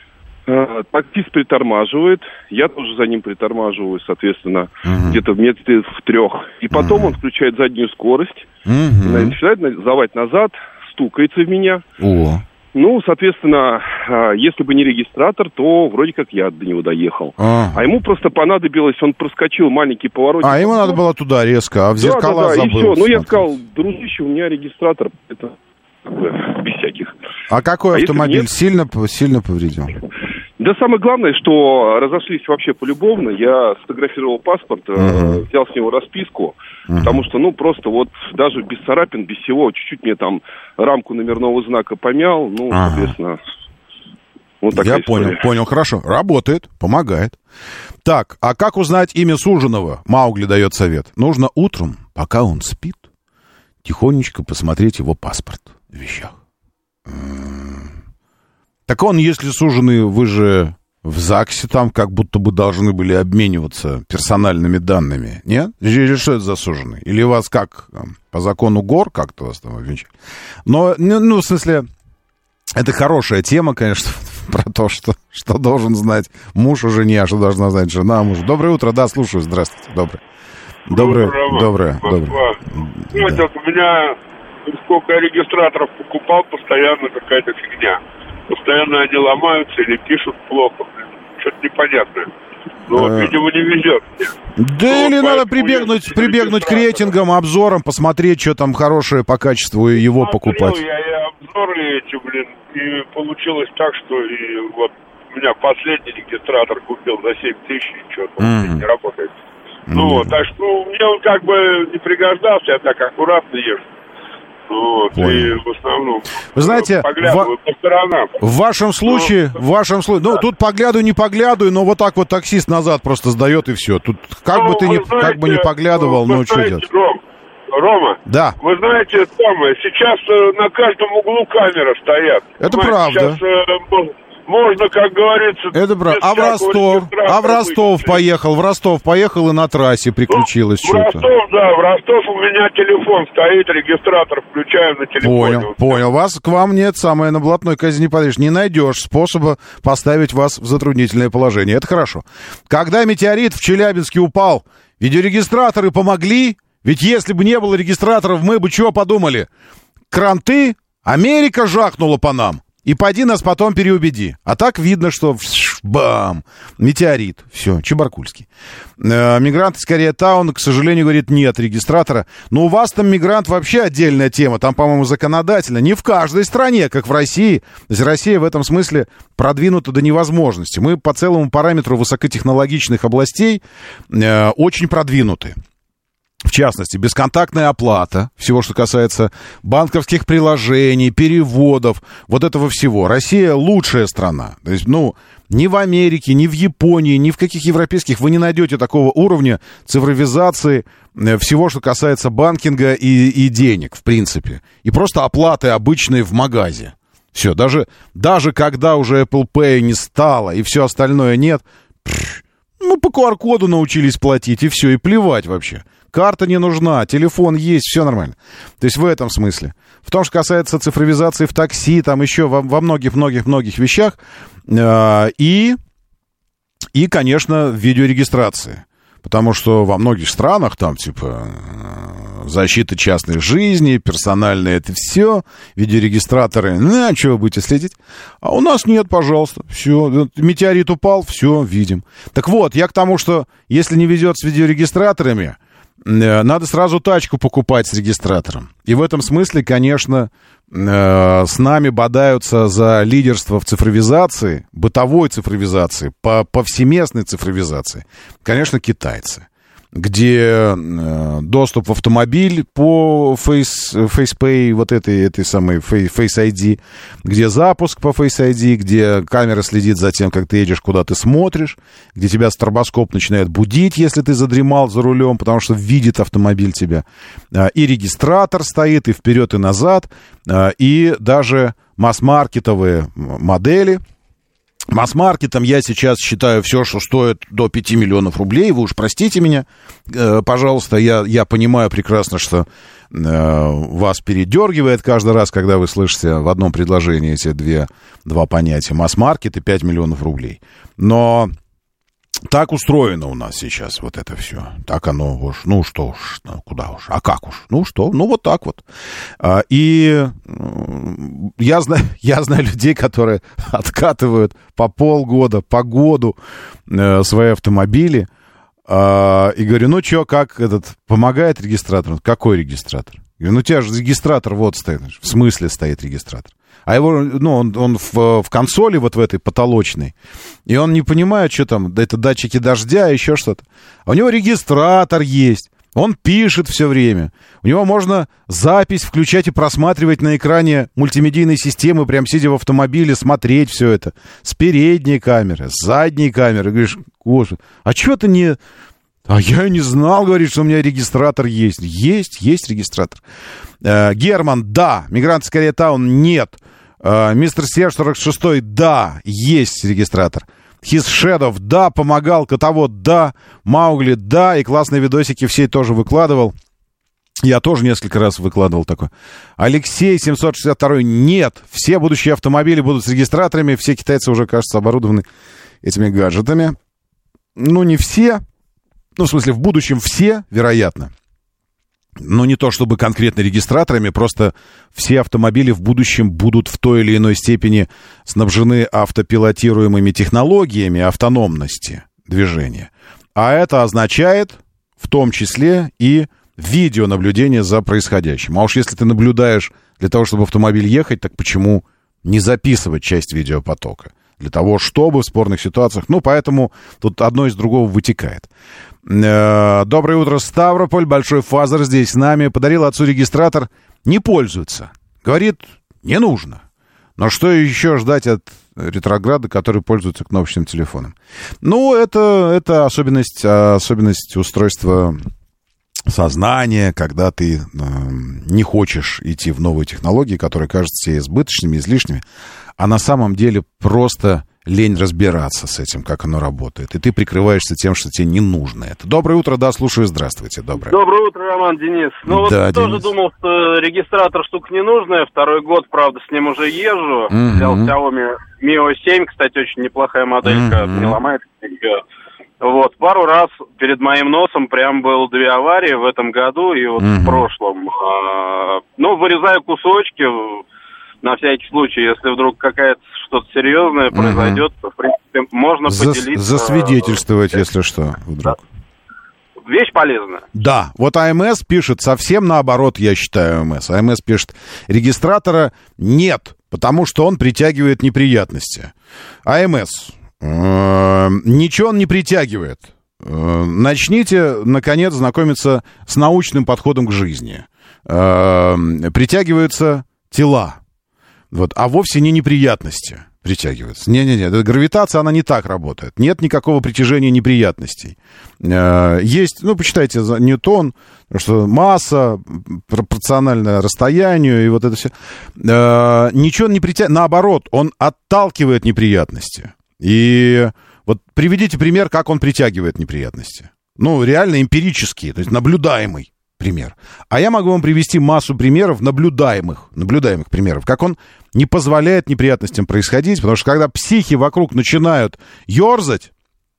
Таксист притормаживает, я тоже за ним притормаживаю, соответственно, uh-huh. где-то в метре в трех. И потом uh-huh. он включает заднюю скорость, uh-huh. начинает называть назад, стукается в меня.
Uh-huh.
Ну, соответственно, если бы не регистратор, то вроде как я до него доехал. Uh-huh. А ему просто понадобилось, он проскочил маленький поворот.
А ему надо было туда резко, а в зеркала
да, да, да,
забыл.
И все. Ну, я сказал, дружище, у меня регистратор, это без всяких.
А какой
а
автомобиль сильно, сильно повредил?
Да самое главное, что разошлись вообще полюбовно. Я сфотографировал паспорт, uh-huh. взял с него расписку, uh-huh. потому что, ну, просто вот даже без царапин, без всего, чуть-чуть мне там рамку номерного знака помял, ну, uh-huh. соответственно, вот такая
Я
история.
понял, понял, хорошо. Работает, помогает. Так, а как узнать имя суженого? Маугли дает совет. Нужно утром, пока он спит, тихонечко посмотреть его паспорт в вещах. Так он, если суженый, вы же в ЗАГСе там как будто бы должны были обмениваться персональными данными, нет? Или что это за суженый? Или вас как, по закону гор как-то вас там обвенчали? Но, ну, в смысле, это хорошая тема, конечно, про то, что, что должен знать муж о жене, а что должна знать жена о муже. Доброе утро, да, слушаю, здравствуйте, доброе. Доброе,
Роман,
доброе,
Москва.
доброе.
Знаете, да. Вот у меня, сколько я регистраторов покупал, постоянно какая-то фигня. Постоянно они ломаются или пишут плохо. Что-то непонятное. Ну, вот, видимо, не везет.
Да или надо прибегнуть, прибегнуть к рейтингам, обзорам, посмотреть, что там хорошее по качеству, и его покупать.
Я и обзоры эти, блин, и получилось так, что и вот у меня последний регистратор купил за семь тысяч, и что-то mm. не работает. Ну, mm. вот, так что ну, мне он как бы не пригождался, я так аккуратно езжу. Вот, и в основном
вы знаете,
поглядываю
в,
по сторонам.
В вашем случае, ну, в вашем случае, ну, да. Тут поглядываю, не поглядываю, но вот так вот таксист назад просто сдает, и все. Тут как ну, бы ты ни, знаете, как бы не поглядывал, ну, что делать?
Ром, Рома,
да.
Вы знаете, там, сейчас на каждом углу камеры стоят.
Это
понимаете,
правда.
Сейчас, можно, как говорится...
Это правда. А в Ростов? А в Ростов поехал, в Ростов поехал и на трассе приключилось ну, что-то.
В Ростов, да, в Ростов у меня телефон стоит, регистратор включаю на телефоне.
Понял, понял. Вас, к вам нет, самое на блатной казни не подаешь. Не найдешь способа поставить вас в затруднительное положение. Это хорошо. Когда метеорит в Челябинске упал, видеорегистраторы помогли? Ведь если бы не было регистраторов, мы бы чего подумали? Кранты? Америка жахнула по нам. И пойди нас потом переубеди. А так видно, что бам, метеорит. Все, Чебаркульский. Э, мигрант из Кореятауна, к сожалению, говорит, нет регистратора. Но у вас там мигрант вообще отдельная тема. Там, по-моему, законодательно. Не в каждой стране, как в России. То есть Россия в этом смысле продвинута до невозможности. Мы по целому параметру высокотехнологичных областей э, очень продвинуты. В частности, бесконтактная оплата, всего, что касается банковских приложений, переводов, вот этого всего. Россия лучшая страна. То есть, ну, ни в Америке, ни в Японии, ни в каких европейских вы не найдете такого уровня цифровизации всего, что касается банкинга и, и денег, в принципе. И просто оплаты обычные в магазе. Все, даже, даже когда уже Apple Pay не стало и все остальное нет, ну, по ку ар коду научились платить, и все, и плевать вообще. Карта не нужна, телефон есть, все нормально. То есть в этом смысле. В том, что касается цифровизации в такси, там еще во, во многих-многих-многих вещах. Э, и, и, конечно, в видеорегистрации. Потому что во многих странах там, типа, защита частной жизни, персональное это все, видеорегистраторы, ну, а что вы будете следить? А у нас нет, пожалуйста, все, метеорит упал, все, видим. Так вот, я к тому, что если не везет с видеорегистраторами, надо сразу тачку покупать с регистратором. И в этом смысле, конечно, с нами бодаются за лидерство в цифровизации, бытовой цифровизации, по повсеместной цифровизации, конечно, китайцы, где доступ в автомобиль по Face, FacePay, вот этой, этой самой Face ай ди, где запуск по Face ай ди, где камера следит за тем, как ты едешь, куда ты смотришь, где тебя стробоскоп начинает будить, если ты задремал за рулем, потому что видит автомобиль тебя. И регистратор стоит, и вперед, и назад, и даже масс-маркетовые модели. Масс-маркетом я сейчас считаю все, что стоит до пяти миллионов рублей. Вы уж простите меня, э, пожалуйста. Я, я понимаю прекрасно, что э, вас передергивает каждый раз, когда вы слышите в одном предложении эти две, два понятия. Масс-маркет и пять миллионов рублей. Но так устроено у нас сейчас вот это все. Так оно уж, ну что уж, ну, куда уж, а как уж, ну что, ну вот так вот. А, и я знаю, я знаю людей, которые откатывают по полгода, по году э, свои автомобили. А, и говорю, ну что, как этот, помогает регистратор? Какой регистратор? Я говорю, ну у тебя же регистратор вот стоит. В смысле стоит регистратор? А его, ну, он, он в, в консоли вот в этой потолочной, и он не понимает, что там, это датчики дождя, еще что-то. А у него регистратор есть, он пишет все время. У него можно запись включать и просматривать на экране мультимедийной системы, прям сидя в автомобиле, смотреть все это. С передней камеры, с задней камеры. Говоришь, господи, а что ты не... А я не знал, говорит, что у меня регистратор есть. Есть, есть регистратор. Э, Герман, да. Мигрант из Кореятауна, нет. Э, Мистер Серж сорок шесть, да, есть регистратор. His Shadow, да. Помогал. Котовод, да. Маугли, да. И классные видосики все тоже выкладывал. Я тоже несколько раз выкладывал такое. Алексей, семьсот шестьдесят два, нет. Все будущие автомобили будут с регистраторами. Все китайцы уже, кажется, оборудованы этими гаджетами. Ну, не все. Ну, в смысле, в будущем все, вероятно. Но не то чтобы конкретно регистраторами, просто все автомобили в будущем будут в той или иной степени снабжены автопилотируемыми технологиями автономности. движение. А это означает в том числе и видеонаблюдение за происходящим. А уж если ты наблюдаешь для того, чтобы автомобиль ехать, так почему не записывать часть видеопотока? Для того, чтобы в спорных ситуациях... Ну, поэтому тут одно из другого вытекает. Доброе утро, Ставрополь. Большой Фазер здесь с нами. Подарил отцу регистратор. Не пользуется. Говорит, не нужно. Но что еще ждать от ретрограда, который пользуется кнопочным телефоном? Ну, это, это особенность, особенность устройства сознания, когда ты э, не хочешь идти в новые технологии, которые кажутся тебе избыточными, излишними, а на самом деле просто лень разбираться с этим, как оно работает. И ты прикрываешься тем, что тебе не нужно это. Доброе утро, да, слушаю, здравствуйте. Доброе.
Доброе утро, Роман, Денис. Ну
да,
вот
Денис.
тоже думал, что регистратор штука ненужная. Второй год, правда, с ним уже езжу.
Mm-hmm.
Взял Xiaomi Mi о семь, кстати, очень неплохая моделька,
Mm-hmm.
не ломает ничего. Вот, пару раз перед моим носом прям было две аварии в этом году и вот
Mm-hmm.
в прошлом. А, ну, вырезаю кусочки на всякий случай, если вдруг какая-то что-то серьезное
Mm-hmm.
произойдет, то, в принципе, можно
За-
поделиться.
засвидетельствовать, если что, вдруг.
Вещь полезная.
Да, вот АМС пишет совсем наоборот, я считаю, АМС. АМС пишет, регистратора нет, потому что он притягивает неприятности. АМС, э, ничего он не притягивает. Э, начните, наконец, знакомиться с научным подходом к жизни. Э, притягиваются тела, вот, а вовсе не неприятности притягиваются. Не-не-не, гравитация, она не так работает. Нет никакого притяжения неприятностей. Есть, ну, почитайте Ньютон, что масса пропорциональна расстоянию, и вот это все. Ничего не притягивает. Наоборот, он отталкивает неприятности. И вот приведите пример, как он притягивает неприятности. Ну, реально эмпирический, то есть наблюдаемый пример. А я могу вам привести массу примеров наблюдаемых, наблюдаемых примеров, как он не позволяет неприятностям происходить, потому что когда психи вокруг начинают ерзать,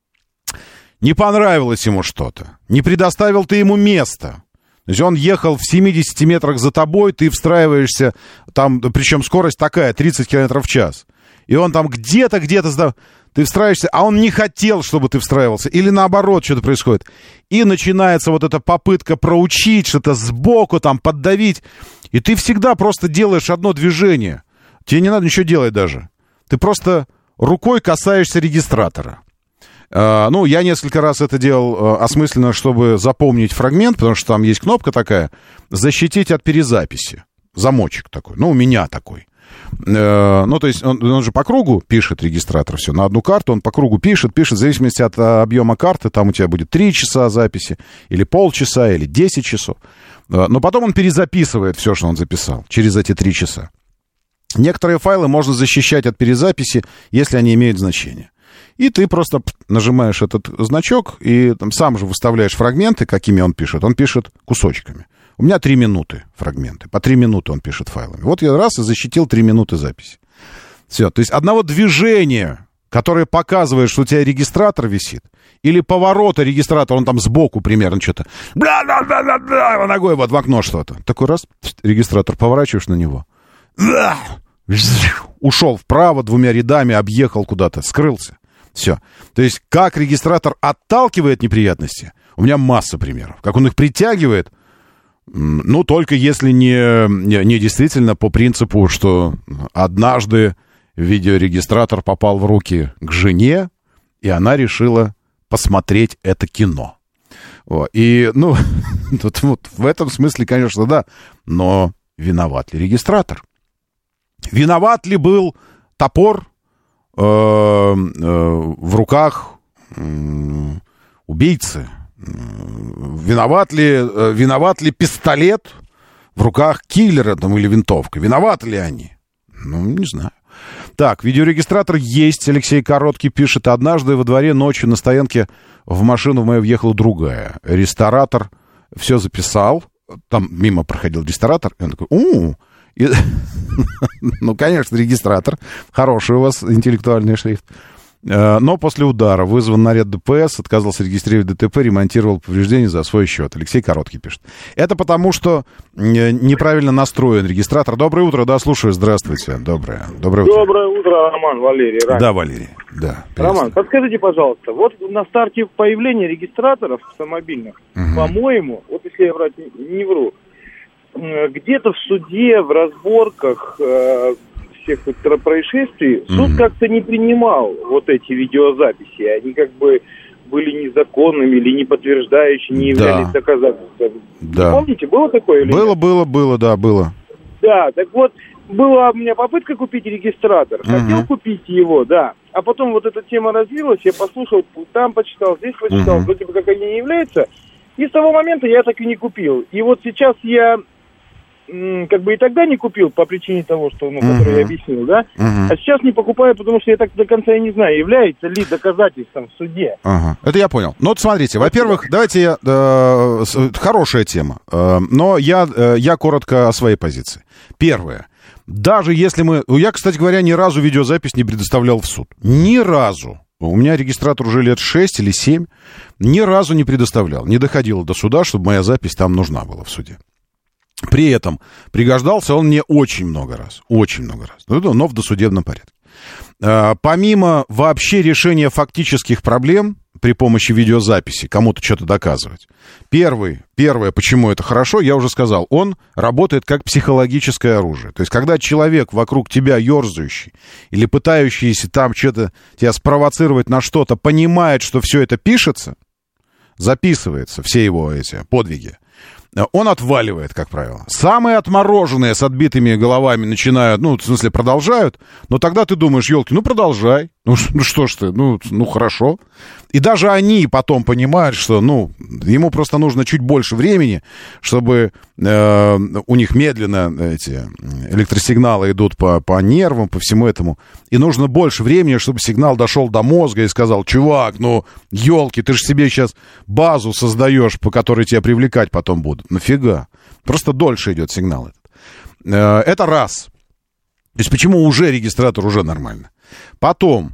не понравилось ему что-то, не предоставил ты ему место. То есть он ехал в семидесяти метрах за тобой, ты встраиваешься, там, причем скорость такая, тридцать километров в час. И он там где-то, где-то, ты встраиваешься, а он не хотел, чтобы ты встраивался. Или наоборот, что-то происходит. И начинается вот эта попытка проучить, что-то сбоку там поддавить. И ты всегда просто делаешь одно движение. Тебе не надо ничего делать даже. Ты просто рукой касаешься регистратора. Uh, ну, я несколько раз это делал uh, осмысленно, чтобы запомнить фрагмент, потому что там есть кнопка такая «Защитить от перезаписи». Замочек такой. Ну, у меня такой. Uh, ну, то есть он, он же по кругу пишет регистратор все. На одну карту он по кругу пишет, пишет. В зависимости от uh, объема карты, там у тебя будет три часа записи, или полчаса, или десять часов. Uh, но потом он перезаписывает все, что он записал, через эти три часа. Некоторые файлы можно защищать от перезаписи, если они имеют значение. И ты просто нажимаешь этот значок и там сам же выставляешь фрагменты, какими он пишет. Он пишет кусочками. У меня три минуты фрагменты. По три минуты он пишет файлами. Вот я раз и защитил три минуты записи. Все. То есть одного движения, которое показывает, что у тебя регистратор висит, или поворота регистратора, он там сбоку примерно что-то, бла-бла-бла-бла, ногой вот в окно что-то. Такой раз, регистратор, поворачиваешь на него. Ушел вправо двумя рядами, объехал куда-то, скрылся. Все. То есть, как регистратор отталкивает неприятности, у меня масса примеров. Как он их притягивает, ну, только если не, не, не действительно по принципу, что однажды видеорегистратор попал в руки к жене, и она решила посмотреть это кино. И, ну, тут вот в этом смысле, конечно, да, но виноват ли регистратор? Виноват ли был топор э, э, в руках э, убийцы? Виноват ли, э, виноват ли пистолет в руках киллера там, или винтовка? Виноваты ли они? Ну, не знаю. Так, видеорегистратор есть, Алексей Короткий пишет. Однажды во дворе ночью на стоянке в машину мою въехала другая. Ресторатор все записал. Там мимо проходил ресторатор. И он такой, у-у-у. И, ну, конечно, регистратор. Хороший у вас интеллектуальный шрифт. Но после удара вызван наряд ДПС, отказался регистрировать ДТП, ремонтировал повреждения за свой счет. Алексей Короткий пишет. Это потому, что неправильно настроен регистратор. Доброе утро, да, слушаю, здравствуйте. Доброе, доброе утро.
Доброе утро, Роман, Валерий. Ранее.
Да, Валерий, да.
Роман, подскажите, пожалуйста, вот на старте появления регистраторов автомобильных, угу. по-моему, вот если я врать не, не вру, где-то в суде, в разборках э, всех вот происшествий, суд mm-hmm. как-то не принимал вот эти видеозаписи. Они как бы были незаконными или не подтверждающими, не являлись да. доказательством.
Да.
Помните, было такое или
Было,
нет?
было, было, да, было.
Да, так вот, была у меня попытка купить регистратор. Mm-hmm. Хотел купить его, да. А потом вот эта тема развилась, я послушал, там почитал, здесь почитал, mm-hmm. вроде бы как они не являются. И с того момента я так и не купил. И вот сейчас я... как бы и тогда не купил по причине того, что, ну, uh-huh. который я объяснил, да? Uh-huh. А сейчас не покупаю, потому что я так до конца и не знаю, является ли доказательством в суде.
Ага. Это я понял. Ну, вот смотрите, во-первых, давайте я... Э, хорошая тема, э, но я, э, я коротко о своей позиции. Первое. Даже если мы... Я, кстати говоря, ни разу видеозапись не предоставлял в суд. Ни разу. У меня регистратор уже лет шесть или семь. Ни разу не предоставлял. Не доходило до суда, чтобы моя запись там нужна была в суде. При этом пригождался он мне очень много раз, очень много раз, но в досудебном порядке. Помимо вообще решения фактических проблем при помощи видеозаписи, кому-то что-то доказывать, первый, первое, почему это хорошо, я уже сказал, он работает как психологическое оружие. То есть, когда человек вокруг тебя ерзающий или пытающийся там что-то тебя спровоцировать на что-то, понимает, что все это пишется, записывается, все его эти подвиги, он отваливает, как правило. Самые отмороженные с отбитыми головами начинают, ну, в смысле, продолжают, но тогда ты думаешь, елки, ну, продолжай, ну, ну что ж ты, ну, ну, хорошо. И даже они потом понимают, что, ну, ему просто нужно чуть больше времени, чтобы э, у них медленно эти электросигналы идут по, по нервам, по всему этому, и нужно больше времени, чтобы сигнал дошел до мозга и сказал, чувак, ну, елки, ты же себе сейчас базу создаешь, по которой тебя привлекать потом будут. Нафига? Просто дольше идет сигнал этот. Э, это раз. То есть почему уже регистратор уже нормально? Потом,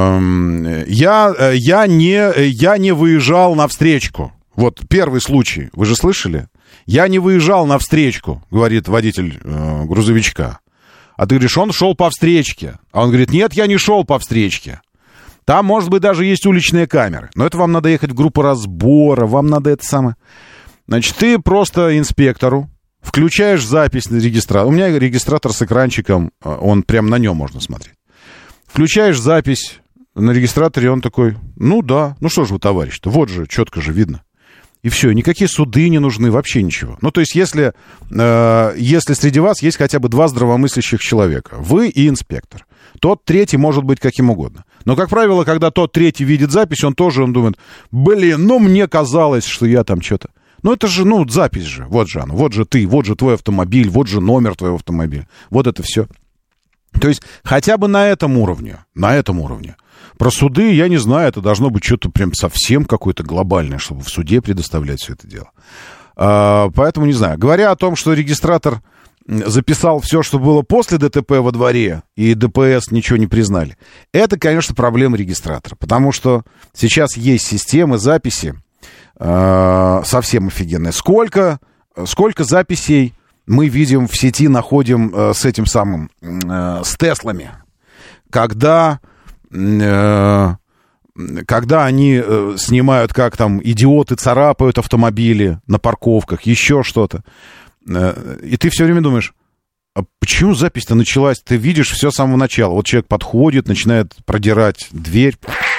эм, я, я, не, я не выезжал на встречку. Вот первый случай, вы же слышали? Я не выезжал на встречку, говорит водитель э, грузовичка. А ты говоришь, он шел по встречке. А он говорит, нет, я не шел по встречке. Там, может быть, даже есть уличные камеры. Но это вам надо ехать в группу разбора, вам надо это самое... Значит, ты просто инспектору включаешь запись на регистратор. У меня регистратор с экранчиком, он прям на нем можно смотреть. Включаешь запись на регистраторе, он такой, ну да, ну что же вы, товарищ-то, вот же, четко же видно. И все, никакие суды не нужны, вообще ничего. Ну, то есть, если, э, если среди вас есть хотя бы два здравомыслящих человека, вы и инспектор, тот третий может быть каким угодно. Но, как правило, когда тот третий видит запись, он тоже, он думает, блин, ну, мне казалось, что я там что-то... Ну, это же, ну, запись же, вот же оно, вот же ты, вот же твой автомобиль, вот же номер твоего автомобиля, вот это все. То есть, хотя бы на этом уровне, на этом уровне. Про суды, я не знаю, это должно быть что-то прям совсем какое-то глобальное, чтобы в суде предоставлять все это дело. А, поэтому, не знаю, говоря о том, что регистратор записал все, что было после ДТП во дворе, и ДПС ничего не признали, это, конечно, проблема регистратора, потому что сейчас есть системы записи, совсем офигенная. Сколько, сколько записей мы видим в сети, находим э, с этим самым, э, с Теслами, когда, э, когда они э, снимают, как там идиоты царапают автомобили на парковках, еще что-то. Э, и ты все время думаешь, а почему запись-то началась? Ты видишь все с самого начала. Вот человек подходит, начинает продирать дверь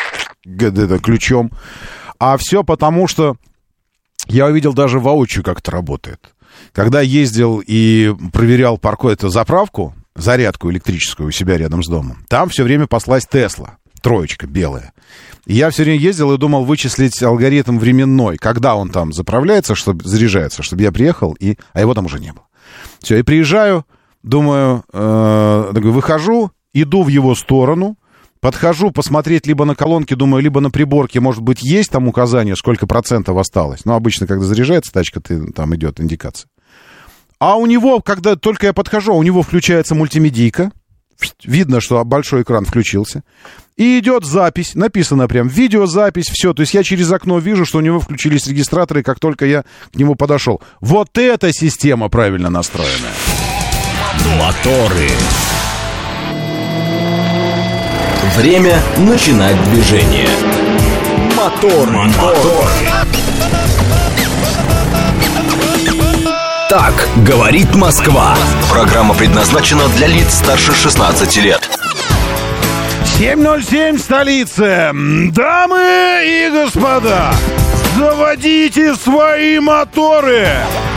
ключом. А все потому, что я увидел даже воочию, как это работает. Когда ездил и проверял парку, эту заправку, зарядку электрическую у себя рядом с домом, там все время паслась Тесла, троечка белая. И я все время ездил и думал вычислить алгоритм временной, когда он там заправляется, чтобы заряжается, чтобы я приехал, и... а его там уже не было. Все, и приезжаю, думаю, э, выхожу, иду в его сторону, подхожу посмотреть либо на колонке, думаю, либо на приборке, может быть, есть там указание, сколько процентов осталось. Но обычно, когда заряжается тачка, ты, там идет индикация. А у него, когда только я подхожу, у него включается мультимедийка, видно, что большой экран включился. И идет запись, написано прям, видеозапись, все. То есть я через окно вижу, что у него включились регистраторы, как только я к нему подошел. Вот эта система правильно настроенная.
Моторы. Время начинать движение. Мотор, мотор. Так говорит Москва. Программа предназначена для лиц старше шестнадцати лет.
семь ноль семь, столица. Дамы и господа, заводите свои моторы.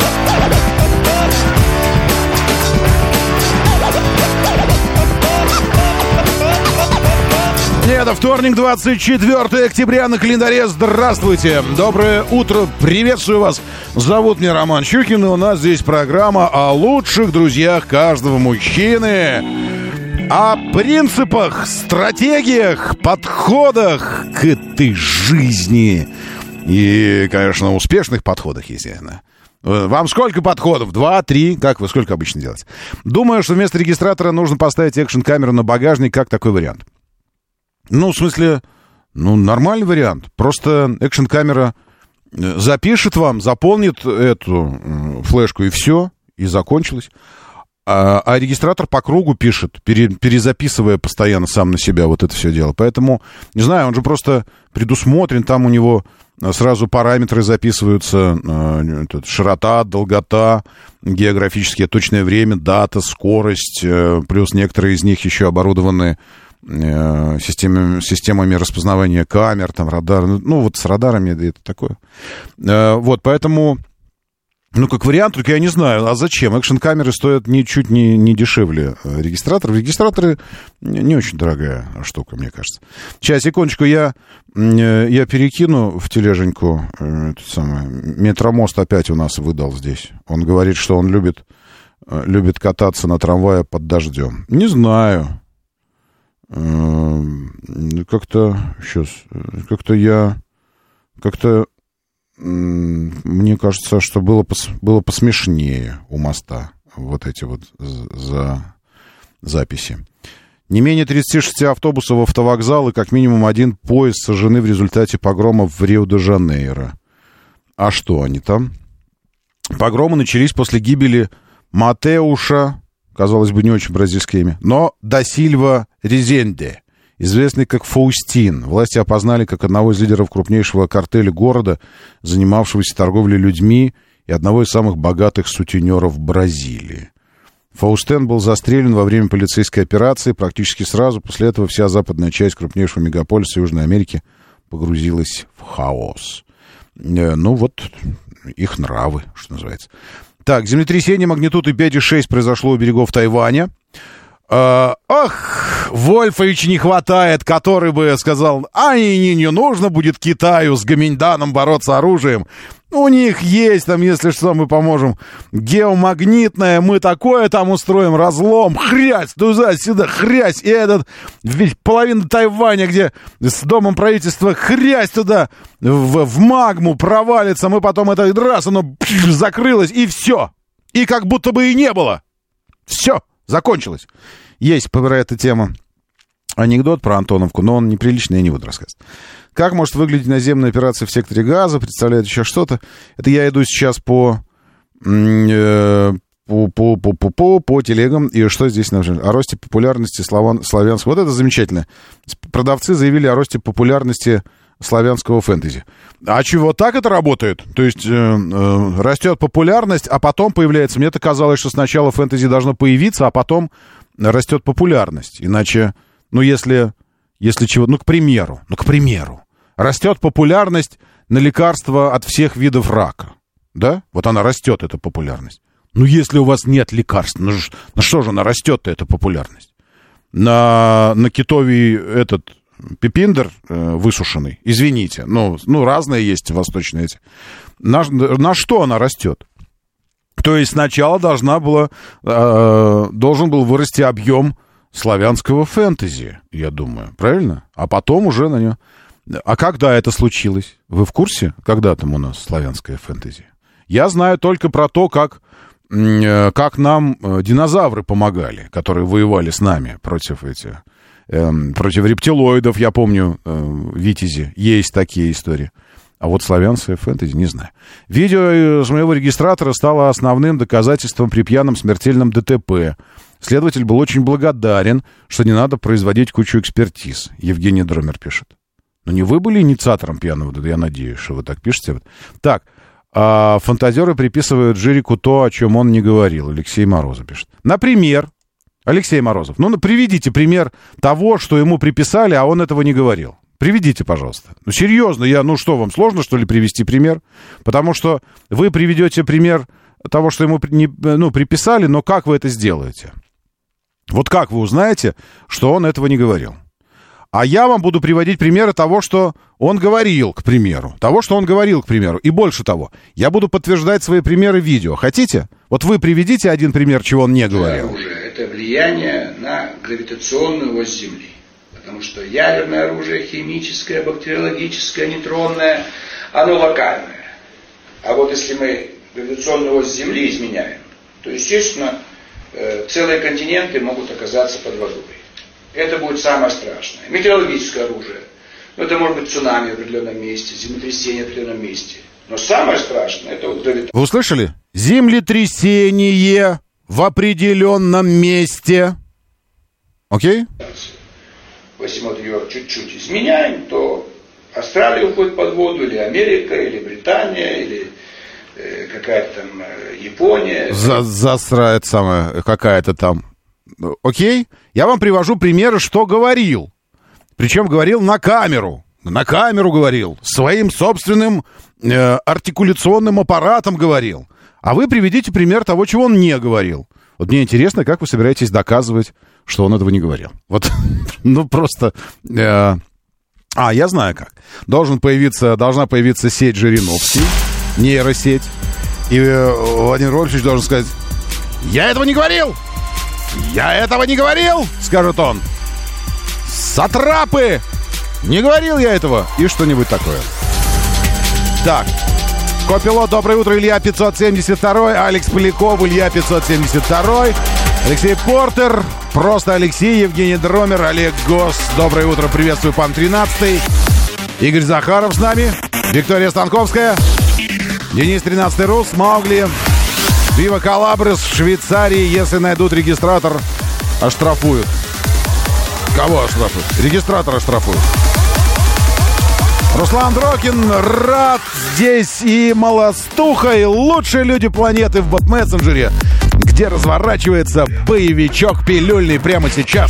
Это вторник, двадцать четвёртое октября на календаре. Здравствуйте, доброе утро, приветствую вас. Зовут меня Роман Щукин, и у нас здесь программа о лучших друзьях каждого мужчины. О принципах, стратегиях, подходах к этой жизни. И, конечно, успешных подходах, естественно. Вам сколько подходов? Два, три? Как вы, сколько обычно делаете? Думаю, что вместо регистратора нужно поставить экшн-камеру на багажник. Как такой вариант? Ну, в смысле, ну, нормальный вариант. Просто экшн-камера запишет вам, заполнит эту флешку, и все, и закончилось. А, а регистратор по кругу пишет, пере, перезаписывая постоянно сам на себя вот это все дело. Поэтому, не знаю, он же просто предусмотрен, там у него сразу параметры записываются, э, широта, долгота, географическое точное время, дата, скорость, э, плюс некоторые из них еще оборудованы э, системами, системами распознавания камер, там радар, ну вот с радарами это такое. Э, вот, поэтому... Ну, как вариант, только я не знаю, а зачем? Экшн-камеры стоят ничуть не, не дешевле регистраторов. Регистраторы не очень дорогая штука, мне кажется. Сейчас, секундочку, я, я перекину в тележеньку. Этот самый, Метромост опять у нас выдал здесь. Он говорит, что он любит, любит кататься на трамвае под дождем. Не знаю. Как-то, сейчас, как-то я, как-то... Мне кажется, что было, пос, было посмешнее у моста вот эти вот за записи. Не менее тридцати шести автобусов в автовокзал и как минимум один поезд сожжены в результате погромов в Рио-де-Жанейро. А что они там? Погромы начались после гибели Матеуша, казалось бы, не очень бразильское имя, но да Сильва Резенде, известный как Фаустин. Власти опознали как одного из лидеров крупнейшего картеля города, занимавшегося торговлей людьми и одного из самых богатых сутенеров Бразилии. Фаустен был застрелен во время полицейской операции. Практически сразу после этого вся западная часть крупнейшего мегаполиса Южной Америки погрузилась в хаос. Ну вот, их нравы, что называется. Так, землетрясение магнитудой пять и шесть произошло у берегов Тайваня. Uh, ох, Вольфовича не хватает, который бы сказал, ай, не, не нужно будет Китаю с Гоминьданом бороться оружием. У них есть там, если что, мы поможем. Геомагнитное, мы такое там устроим, разлом, хрясь, туда-сюда, хрясь. И этот, ведь половина Тайваня, где с домом правительства, хрясь туда, в, в магму провалится. Мы потом это раз, оно пш, закрылось, и все. И как будто бы и не было. Все. Закончилось. Есть про эту тему анекдот про Антоновку, но он неприличный, я не буду рассказывать. Как может выглядеть наземная операция в секторе Газа, представляет еще что-то. Это я иду сейчас по, э, по, по, по, по, по, по телегам. И что здесь? О росте популярности славян, славянского. Вот это замечательно. Продавцы заявили о росте популярности славянского фэнтези. А чего так это работает? То есть э, э, растет популярность, а потом появляется... Мне-то казалось, что сначала фэнтези должно появиться, а потом растет популярность. Иначе, ну если, если чего... Ну, к примеру, ну, к примеру, растет популярность на лекарства от всех видов рака. Да? Вот она растет, эта популярность. Ну, если у вас нет лекарств, ну, на что же она растет-то, эта популярность? На, на китовий этот... пипиндер э, высушенный, извините, ну, ну, разные есть восточные эти. На, на что она растет? То есть сначала должна была, э, должен был вырасти объем славянского фэнтези, я думаю, правильно? А потом уже на нее... А когда это случилось? Вы в курсе, когда там у нас славянское фэнтези? Я знаю только про то, как как нам динозавры помогали, которые воевали с нами против этих, эм, против рептилоидов, я помню, э, витязи, есть такие истории. А вот славянское фэнтези, не знаю. Видео с моего регистратора стало основным доказательством при пьяном смертельном ДТП. Следователь был очень благодарен, что не надо производить кучу экспертиз. Евгений Дромер пишет. Но не вы были инициатором пьяного ДТП? Я надеюсь, что вы так пишете. Так, а фантазеры приписывают Жирику то, о чем он не говорил. Алексей Морозов пишет. Например, Алексей Морозов, ну, приведите пример того, что ему приписали, а он этого не говорил. Приведите, пожалуйста. Ну, серьезно, я, ну что, вам сложно, что ли, привести пример? Потому что вы приведете пример того, что ему не, ну, приписали, но как вы это сделаете? Вот как вы узнаете, что он этого не говорил? А я вам буду приводить примеры того, что он говорил, к примеру. Того, что он говорил, к примеру. И больше того, я буду подтверждать свои примеры видео. Хотите? Вот вы приведите один пример, чего он не говорил.
Оружие – это влияние на гравитационную ось Земли. Потому что ядерное оружие, химическое, бактериологическое, нейтронное, оно локальное. А вот если мы гравитационную ось Земли изменяем, то, естественно, целые континенты могут оказаться под водой. Это будет самое страшное. Метеорологическое оружие. Ну, это может быть цунами в определенном месте, землетрясение в определенном месте. Но самое страшное, это вот гравитация.
Вы услышали? Землетрясение в определенном месте. Окей?
Если мы ее чуть-чуть изменяем, то Австралия уходит под воду, или Америка, или Британия, или э, какая-то там э, Япония.
За, засрает самая какая-то там. Окей? Я вам привожу примеры, что говорил. Причем говорил на камеру. На камеру говорил. Своим собственным э, артикуляционным аппаратом говорил. А вы приведите пример того, чего он не говорил. Вот мне интересно, как вы собираетесь доказывать, что он этого не говорил. Вот, ну, просто... Э, а, я знаю как. Должен появиться, должна появиться сеть Жириновский, нейросеть. И э, Владимир Вольфович должен сказать: «Я этого не говорил! Я этого не говорил!» Скажет он. «Сатрапы! Не говорил я этого!» И что-нибудь такое. Так. Копилот, доброе утро, Илья пятьсот семьдесят два, Алекс Поляков, Илья пятьсот семьдесят два, Алексей Портер, просто Алексей, Евгений Дромер, Олег Гос, доброе утро, приветствую, Пан тринадцатый, Игорь Захаров с нами, Виктория Станковская, Денис тринадцатый Рус, Маугли, Вива Калабрес в Швейцарии, если найдут регистратор, оштрафуют. Кого оштрафуют? Регистратор оштрафуют. Руслан Дрокин, рад здесь и Молостуха, и лучшие люди планеты в бот-мессенджере, где разворачивается боевичок пилюльный прямо сейчас.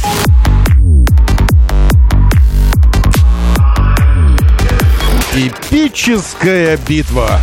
Эпическая битва.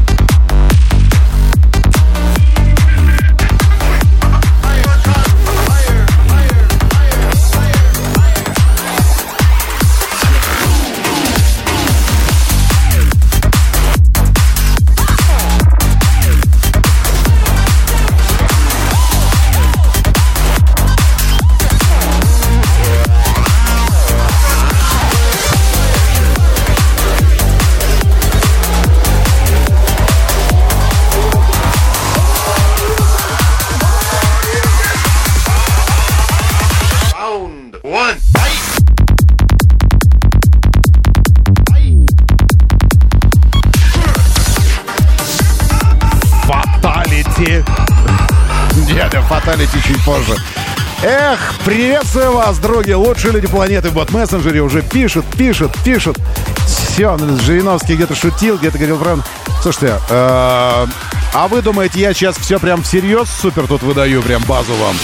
Фаталити чуть позже. Эх, приветствую вас, други. Лучшие люди планеты в бот-мессенджере уже пишут, пишут, пишут. Все, Жириновский где-то шутил, где-то говорил правду. Слушайте, э, а вы думаете, я сейчас все прям всерьез супер тут выдаю, прям базу вам?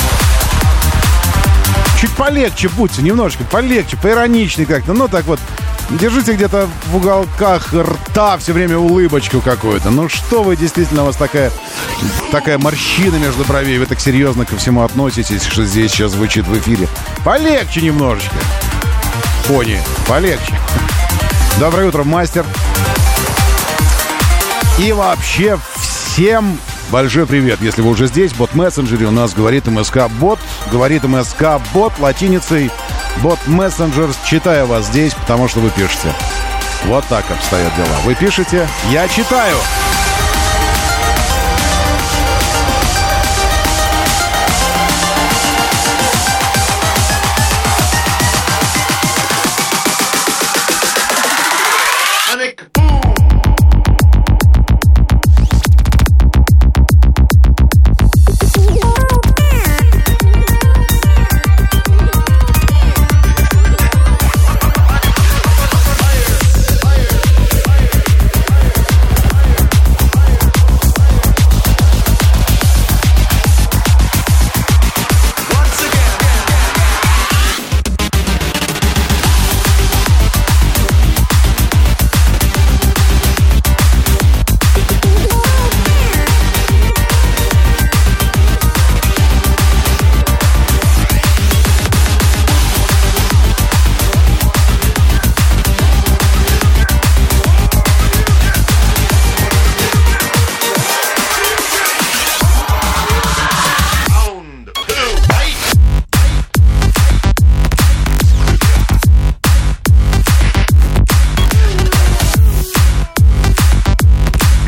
Чуть полегче будьте, немножечко полегче, поироничнее как-то. Ну, так вот, держите где-то в уголках рта все время улыбочку какую-то. Ну, что вы, действительно, у вас такая, такая морщина между бровей. Вы так серьезно ко всему относитесь, что здесь сейчас звучит в эфире. Полегче немножечко. Пони, полегче. Доброе утро, мастер. И вообще всем большой привет. Если вы уже здесь, в бот-мессенджере у нас говорит МСК-бот. Говорит МСК-бот латиницей. Бот-мессенджер. Читаю вас здесь, потому что вы пишете. Вот так обстоят дела. Вы пишете, я читаю.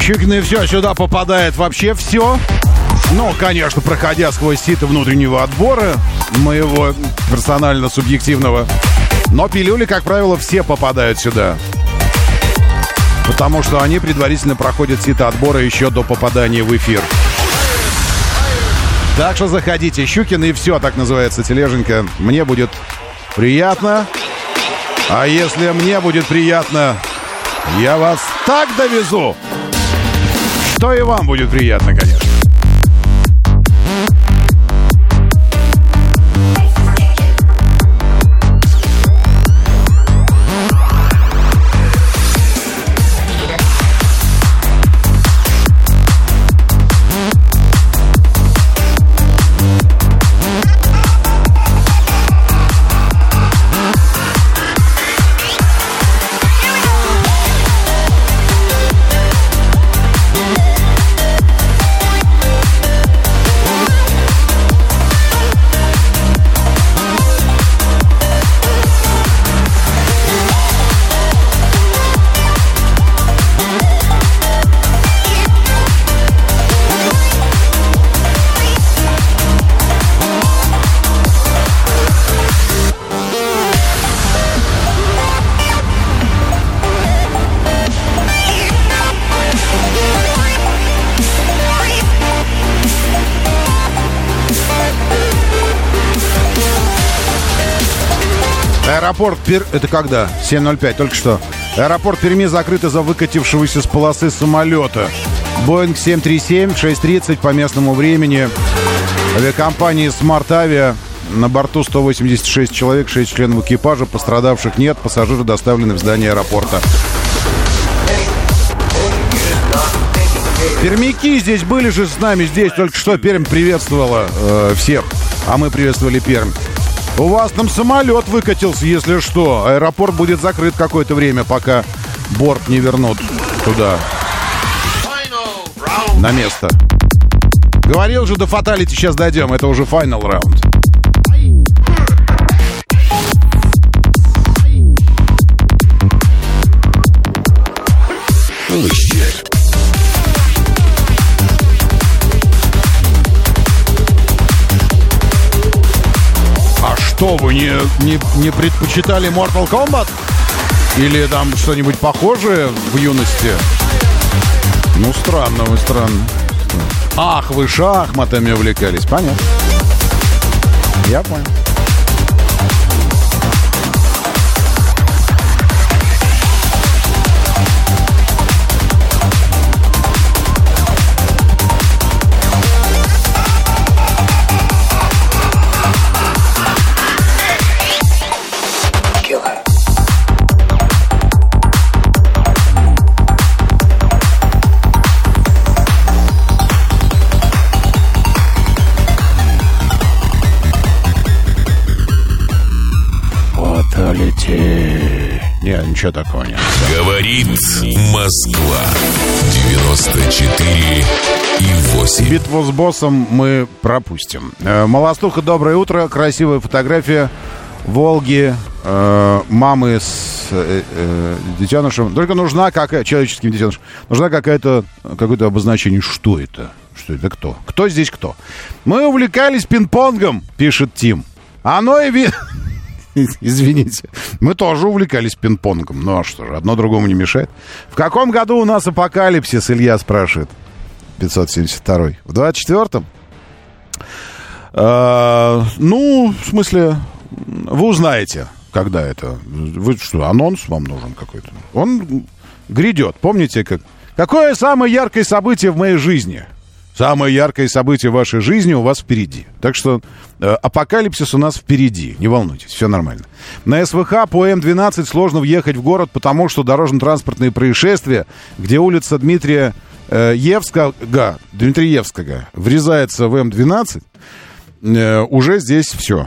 Щукин и все, сюда попадает вообще все. Ну, конечно, проходя сквозь сито внутреннего отбора, моего персонально-субъективного. Но пилюли, как правило, все попадают сюда. Потому что они предварительно проходят сито отбора еще до попадания в эфир. Так что заходите, Щукин и все, так называется тележенька. Мне будет приятно. А если мне будет приятно, я вас так довезу, что и вам будет приятно, конечно. Аэропорт Пер... Это когда? семь ноль пять, только что. Аэропорт Перми закрыт из-за выкатившегося с полосы самолета. Боинг семь три семь, шесть тридцать по местному времени. Авиакомпании Smart Avia. На борту сто восемьдесят шесть человек, шесть членов экипажа. Пострадавших нет. Пассажиры доставлены в здание аэропорта. Пермяки здесь были же с нами. Здесь только что Пермь приветствовала э, всех. А мы приветствовали Пермь. У вас там самолет выкатился, если что. Аэропорт будет закрыт какое-то время, пока борт не вернут туда. На место. Говорил же, до фаталити сейчас дойдем. Это уже final раунд. Что, вы не, не, не предпочитали Mortal Kombat? Или там что-нибудь похожее в юности? Ну, странно, вы странно. Ах, вы шахматами увлекались, понятно. Я понял. Нет, ничего такого нет.
Говорит Москва. девяносто четыре и восемь.
Битву с боссом мы пропустим. Молостуха, доброе утро. Красивая фотография Волги. Э, мамы с э, э, детенышем. Только нужна какая... Человеческим детенышем. Нужна какая-то... Какое-то обозначение. Что это? Что это? Кто? Кто здесь кто? Мы увлекались пинг-понгом, пишет Тим. Оно и... Ви... Извините. Мы тоже увлекались пинг-понгом. Ну а что же, одно другому не мешает. В каком году у нас апокалипсис, Илья спрашивает. пятьсот семьдесят второй. В двадцать четвёртом? А, ну, в смысле, вы узнаете, когда это. Вы что, анонс вам нужен какой-то? Он грядет. Помните, как... Какое самое яркое событие в моей жизни? Самое яркое событие в вашей жизни у вас впереди. Так что э, апокалипсис у нас впереди. Не волнуйтесь, все нормально. На СВХ по М двенадцать сложно въехать в город, потому что дорожно-транспортные происшествия, где улица Дмитрия э, Евского, Дмитриевского врезается в М двенадцать, э, уже здесь все.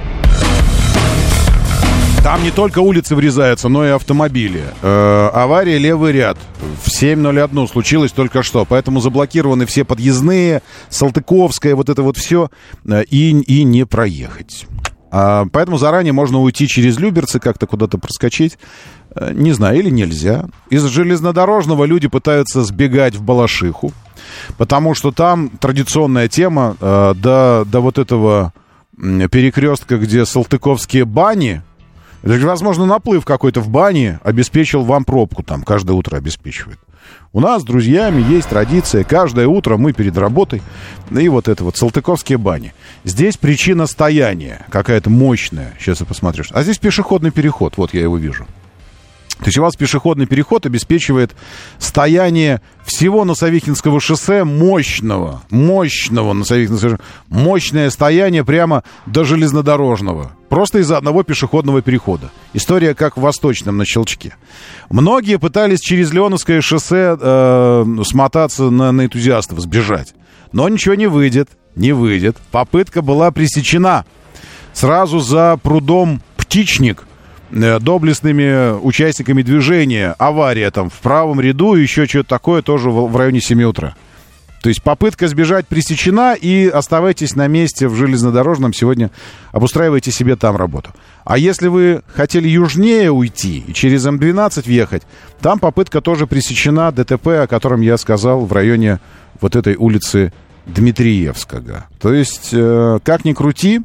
Там не только улицы врезаются, но и автомобили. Э, авария левый ряд. В семь ноль один случилось только что. Поэтому заблокированы все подъездные, Салтыковская, вот это вот все. Э, и, и не проехать. А, поэтому заранее можно уйти через Люберцы, как-то куда-то проскочить. Не знаю, или нельзя. Из железнодорожного люди пытаются сбегать в Балашиху, потому что там традиционная тема э, до, до вот этого перекрестка, где Салтыковские бани. Возможно, наплыв какой-то в бане обеспечил вам пробку там, каждое утро обеспечивает. У нас с друзьями есть традиция, каждое утро мы перед работой, и вот это вот Салтыковские бани. Здесь причина стояния какая-то мощная, сейчас я посмотрю. А здесь пешеходный переход, вот я его вижу. То есть у вас пешеходный переход обеспечивает стояние всего Носовихинского шоссе мощного, мощного Носовихинского шоссе, мощное стояние прямо до железнодорожного. Просто из-за одного пешеходного перехода. История как в Восточном на Щелчке. Многие пытались через Леоновское шоссе э, смотаться на, на энтузиастов, сбежать. Но ничего не выйдет, не выйдет. Попытка была пресечена. Сразу за прудом Птичник доблестными участниками движения авария там в правом ряду и еще что-то такое тоже в, в районе семи утра. То есть попытка сбежать пресечена, и оставайтесь на месте в железнодорожном сегодня, обустраивайте себе там работу. А если вы хотели южнее уйти и через эм двенадцать въехать, там попытка тоже пресечена, ДТП, о котором я сказал, в районе вот этой улицы Дмитриевского. То есть, э, как ни крути,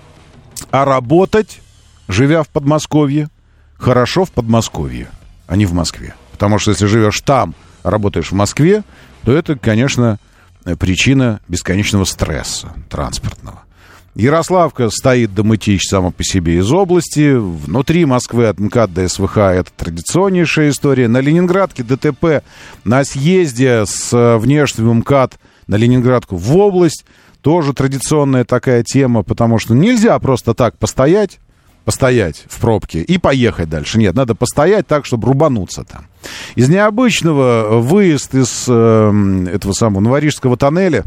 а работать, живя в Подмосковье, хорошо в Подмосковье, а не в Москве. Потому что если живешь там, а работаешь в Москве, то это, конечно, причина бесконечного стресса транспортного. Ярославка стоит до Мытищ само по себе из области. Внутри Москвы от МКАД до СВХ это традиционнейшая история. На Ленинградке ДТП на съезде с внешним МКАД на Ленинградку в область. Тоже традиционная такая тема, потому что нельзя просто так постоять, постоять в пробке и поехать дальше. Нет, надо постоять так, чтобы рубануться там. Из необычного выезд из э, этого самого Новорижского тоннеля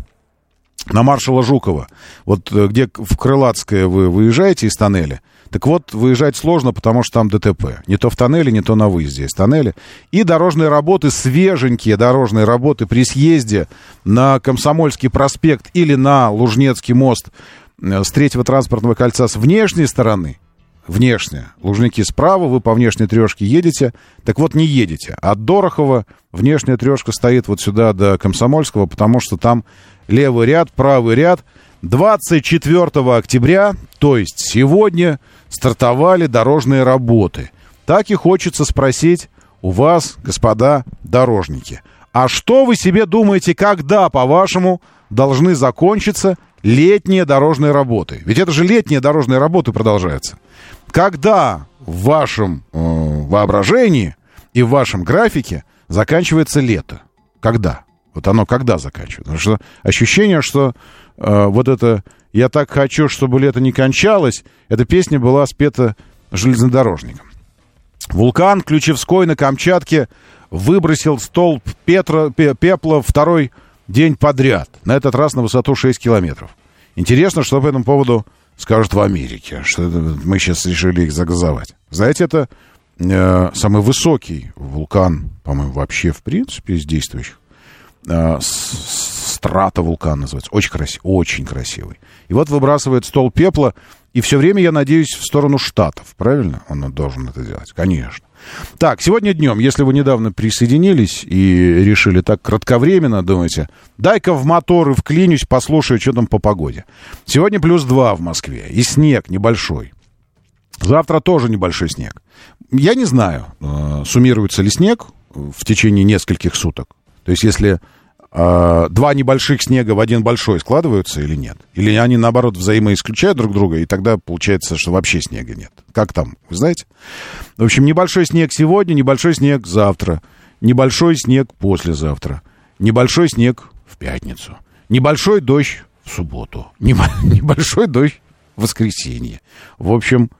на Маршала Жукова. Вот где в Крылатское вы выезжаете из тоннеля, так вот, выезжать сложно, потому что там ДТП. Не то в тоннеле, не то на выезде из тоннеля. И дорожные работы, свеженькие дорожные работы при съезде на Комсомольский проспект или на Лужнецкий мост с третьего транспортного кольца с внешней стороны. Внешняя. Лужники справа, вы по внешней трешке едете. Так вот, не едете. От Дорохова внешняя трешка стоит вот сюда до Комсомольского, потому что там левый ряд, правый ряд. двадцать четвёртого октября, то есть сегодня, стартовали дорожные работы. Так и хочется спросить у вас, господа дорожники. А что вы себе думаете, когда, по-вашему, должны закончиться летние дорожные работы? Ведь это же летние дорожные работы продолжаются. Когда в вашем э, воображении и в вашем графике заканчивается лето? Когда? Вот оно когда заканчивается? Потому что ощущение, что э, вот это «Я так хочу, чтобы лето не кончалось», эта песня была спета железнодорожником. Вулкан Ключевской на Камчатке выбросил столб петра, пепла второй день подряд. На этот раз на высоту шесть километров. Интересно, что по этому поводу скажут в Америке, что это, мы сейчас решили их загазовать. Знаете, это э, самый высокий вулкан, по-моему, вообще в принципе из действующих. Э, стратовулкан называется. Очень красивый, очень красивый. И вот выбрасывает столб пепла, и все время, я надеюсь, в сторону Штатов. Правильно? Он должен это делать. Конечно. Так, сегодня днем, если вы недавно присоединились и решили так кратковременно, думаете, дай-ка в мотор и вклинюсь, послушаю, что там по погоде. Сегодня плюс два в Москве, и снег небольшой. Завтра тоже небольшой снег. Я не знаю, суммируется ли снег в течение нескольких суток. То есть, если э, два небольших снега в один большой складываются или нет. Или они, наоборот, взаимоисключают друг друга, и тогда получается, что вообще снега нет. Как там, вы знаете? В общем, небольшой снег сегодня, небольшой снег завтра, небольшой снег послезавтра, небольшой снег в пятницу, небольшой дождь в субботу, небольшой дождь в воскресенье. В общем,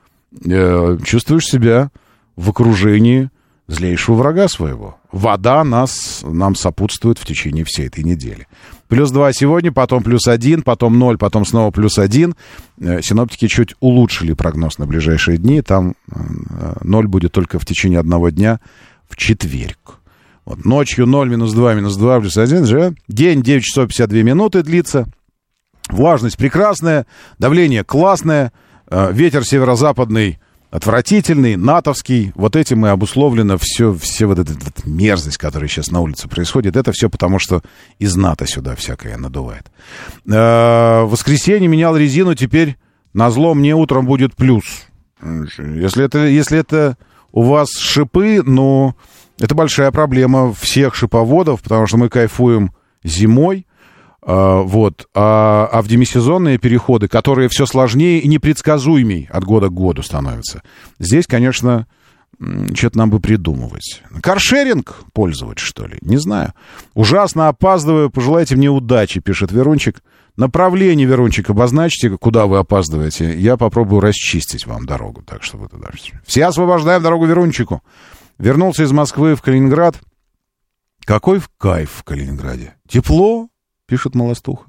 э, чувствуешь себя в окружении злейшего врага своего. Вода нас, нам сопутствует в течение всей этой недели. Плюс два сегодня, потом плюс один, потом ноль, потом снова плюс один. Синоптики чуть улучшили прогноз на ближайшие дни. Там ноль будет только в течение одного дня в четверг. Вот. Ночью ноль, минус два, минус два, плюс один. Же. День девять часов пятьдесят две минуты длится. Влажность прекрасная, давление классное. ветер северо-западный отвратительный, натовский, вот этим и обусловлено все, все вот эта, эта мерзость, которая сейчас на улице происходит, это все потому, что из НАТО сюда всякое надувает. В воскресенье менял резину, теперь назло мне утром будет плюс. Если это, если это у вас шипы, ну, это большая проблема всех шиповодов, потому что мы кайфуем зимой, а, вот, а, а в демисезонные переходы, которые все сложнее и непредсказуемей от года к году становятся, здесь, конечно, что-то нам бы придумывать. Каршеринг пользовать, что ли? Не знаю. Ужасно опаздываю, пожелайте мне удачи, пишет Верунчик. Направление, Верунчик, обозначьте, куда вы опаздываете. Я попробую расчистить вам дорогу. Так что вы туда... Все освобождаем дорогу Верунчику. Вернулся из Москвы в Калининград. Какой кайф в Калининграде. Тепло, пишет Молостуха.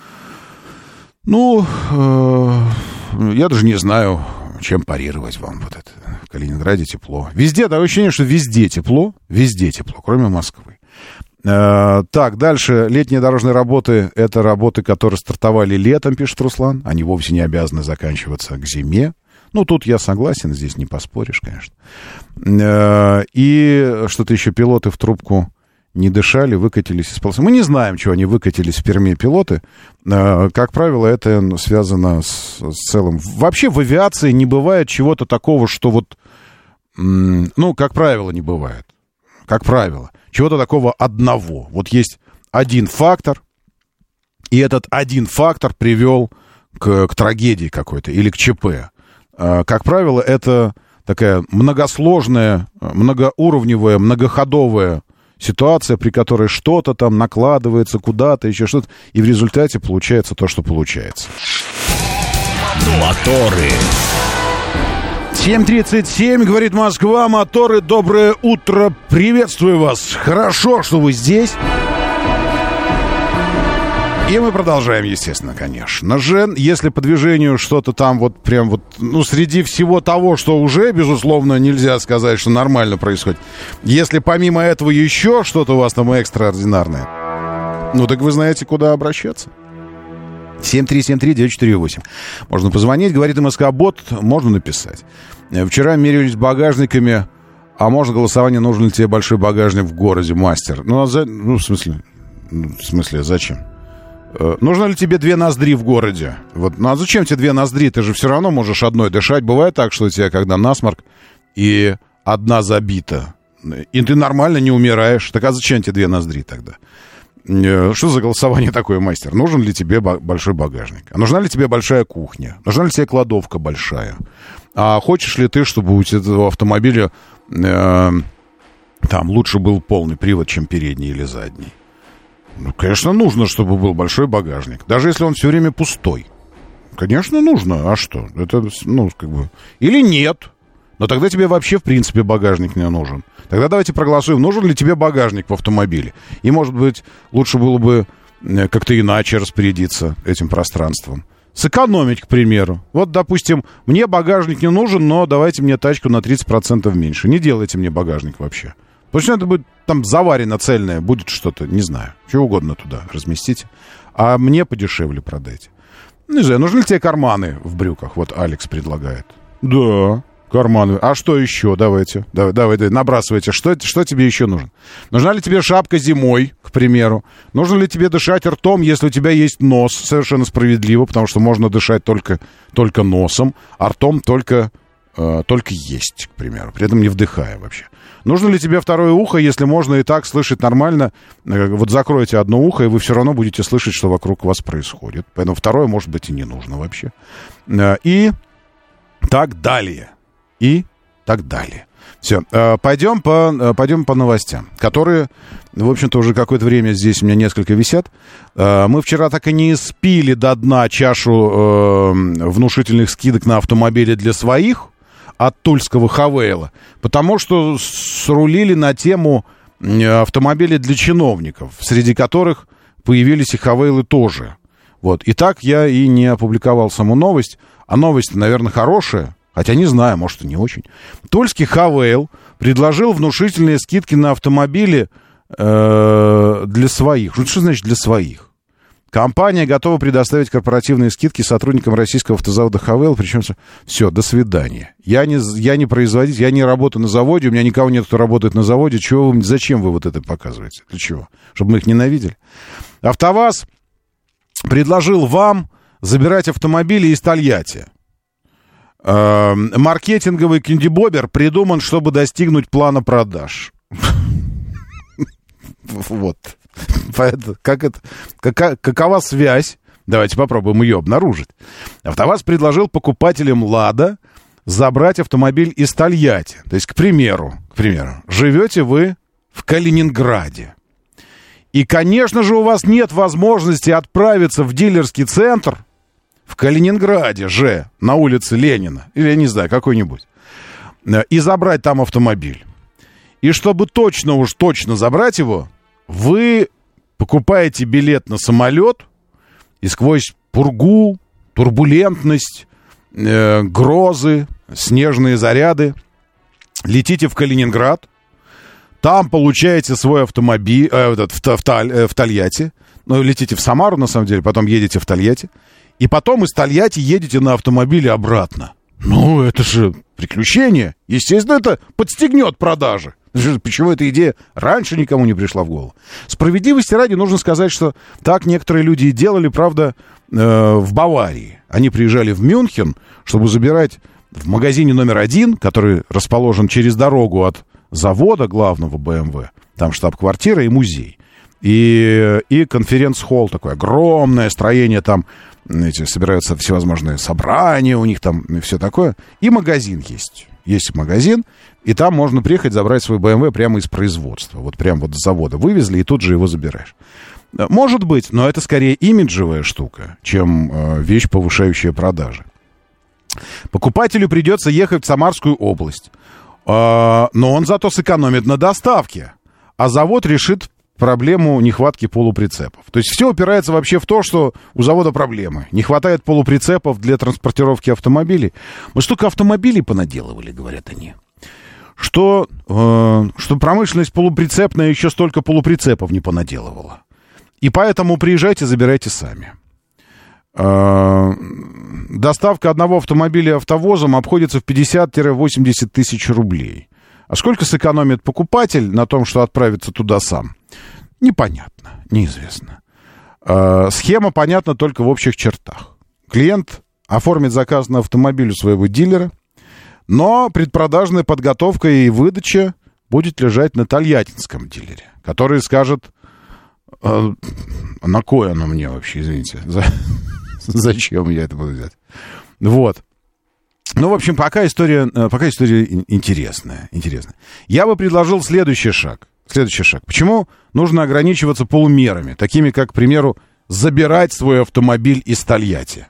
Ну, э, я даже не знаю, чем парировать вам вот это. В Калининграде тепло. Везде, такое ощущение, что везде тепло. Везде тепло, кроме Москвы. Э, так, дальше. Летние дорожные работы — это работы, которые стартовали летом, пишет Руслан. Они вовсе не обязаны заканчиваться к зиме. Ну, тут я согласен, здесь не поспоришь, конечно. Э, и что-то еще, пилоты в трубку не дышали, выкатились из полосы. Мы не знаем, чего они выкатились в Перми, пилоты. Э, как правило, это связано с, с целым... Вообще в авиации не бывает чего-то такого, что вот... М, ну, как правило, не бывает. Как правило. Чего-то такого одного. Вот есть один фактор, и этот один фактор привел к, к трагедии какой-то или к ЧП. Как правило, это такая многосложная, многоуровневая, многоходовая ситуация, при которой что-то там накладывается куда-то, еще что-то, и в результате получается то, что получается.
Моторы.
семь тридцать семь, говорит Москва, моторы, доброе утро, приветствую вас. Хорошо, что вы здесь. И мы продолжаем, естественно, конечно же. Если по движению что-то там вот прям вот, ну, среди всего того, что уже, безусловно, нельзя сказать, что нормально происходит. Если помимо этого еще что-то у вас там экстраординарное, ну, так вы знаете, куда обращаться. семь три семь три девять четыре восемь. Можно позвонить, говорит МСК-бот, можно написать. Вчера мерились багажниками, а может голосование, нужен ли тебе большой багажник в городе, мастер? Ну, а за... ну в смысле, в смысле, зачем? Нужно ли тебе две ноздри в городе? Вот, ну а зачем тебе две ноздри? Ты же все равно можешь одной дышать. Бывает так, что у тебя, когда насморк, и одна забита, и ты нормально не умираешь. Так а зачем тебе две ноздри тогда? Что за голосование такое, мастер? Нужен ли тебе большой багажник? А нужна ли тебе большая кухня? Нужна ли тебе кладовка большая? А хочешь ли ты, чтобы у этого автомобиля э, там лучше был полный привод, чем передний или задний? Ну, конечно, нужно, чтобы был большой багажник. Даже если он все время пустой. Конечно, нужно. А что? Это, ну, как бы... Или нет. Но тогда тебе вообще, в принципе, багажник не нужен. Тогда давайте проголосуем, нужен ли тебе багажник в автомобиле. И, может быть, лучше было бы как-то иначе распорядиться этим пространством. Сэкономить, к примеру. Вот, допустим, мне багажник не нужен, но давайте мне тачку на тридцать процентов меньше. Не делайте мне багажник вообще. Пусть это будет там заварено цельное, будет что-то, не знаю, что угодно туда разместите. А мне подешевле продайте. Не знаю, нужны ли тебе карманы в брюках? Вот Алекс предлагает. Да, карманы. А что еще? Давайте, давай, давай, давай набрасывайте. Что, что тебе еще нужно? Нужна ли тебе шапка зимой, к примеру? Нужно ли тебе дышать ртом, если у тебя есть нос? Совершенно справедливо, потому что можно дышать только, только носом, а ртом только, э, только есть, к примеру, при этом не вдыхая вообще. Нужно ли тебе второе ухо, если можно и так слышать нормально? Вот закройте одно ухо, и вы все равно будете слышать, что вокруг вас происходит. Поэтому второе, может быть, и не нужно вообще. И так далее. И так далее. Все, пойдем по, пойдем по новостям, которые, в общем-то, уже какое-то время здесь у меня несколько висят. Мы вчера так и не спили до дна чашу внушительных скидок на автомобили для своих от тульского Хавейла, потому что срулили на тему автомобилей для чиновников, среди которых появились и Хавейлы тоже. Вот. И так я и не опубликовал саму новость, а новость, наверное, хорошая, хотя не знаю, может, и не очень. Тульский Хавейл предложил внушительные скидки на автомобили э, для своих. Что значит для своих? Компания готова предоставить корпоративные скидки сотрудникам российского автозавода ХВЛ, причем все, до свидания. Я не, я не производитель, я не работаю на заводе, у меня никого нет, кто работает на заводе. Чего вы, зачем вы вот это показываете? Для чего? Чтобы мы их ненавидели? АвтоВАЗ предложил вам забирать автомобили из Тольятти. Э, маркетинговый кэндибобер придуман, чтобы достигнуть плана продаж. Вот. Как это, как, какова связь? Давайте попробуем ее обнаружить. АвтоВАЗ предложил покупателям «Лада» забрать автомобиль из Тольятти. То есть, к примеру, к примеру, живете вы в Калининграде. И, конечно же, у вас нет возможности отправиться в дилерский центр в Калининграде же, на улице Ленина, или, я не знаю, какой-нибудь, и забрать там автомобиль. И чтобы точно уж точно забрать его, вы покупаете билет на самолет и сквозь пургу, турбулентность, э, грозы, снежные заряды летите в Калининград, там получаете свой автомобиль э, в, в, э, в Тольятти, ну, летите в Самару, на самом деле, потом едете в Тольятти, и потом из Тольятти едете на автомобиле обратно. Ну, это же приключение. Естественно, это подстегнет продажи. Почему эта идея раньше никому не пришла в голову? Справедливости ради нужно сказать, что так некоторые люди и делали, правда, э, в Баварии. Они приезжали в Мюнхен, чтобы забирать в магазине номер один, который расположен через дорогу от завода главного бэ эм вэ, там штаб-квартира и музей. И, и конференц-холл такое огромное строение, там эти, собираются всевозможные собрания у них там и все такое. И магазин есть. Есть магазин, и там можно приехать, забрать свой бэ эм вэ прямо из производства. Вот прямо вот с завода вывезли, и тут же его забираешь. Может быть, но это скорее имиджевая штука, чем э, вещь, повышающая продажи. Покупателю придется ехать в Самарскую область, э, но он зато сэкономит на доставке, а завод решит проблему нехватки полуприцепов. То есть все упирается вообще в то, что у завода проблемы. Не хватает полуприцепов для транспортировки автомобилей. Мы столько автомобилей понаделывали, говорят они, что, э, что промышленность полуприцепная еще столько полуприцепов не понаделывала. И поэтому приезжайте, забирайте сами. Э, доставка одного автомобиля автовозом обходится в пятьдесят-восемьдесят тысяч рублей. А сколько сэкономит покупатель на том, что отправится туда сам? Непонятно, неизвестно. Э, схема понятна только в общих чертах. Клиент оформит заказ на автомобиль у своего дилера, но предпродажная подготовка и выдача будет лежать на тольяттинском дилере, который скажет, э, на кое оно мне вообще, извините, за, зачем я это буду делать. Вот. Ну, в общем, пока история, пока история интересная, интересная. Я бы предложил следующий шаг. Следующий шаг. Почему нужно ограничиваться полумерами, такими как, к примеру, забирать свой автомобиль из Тольятти?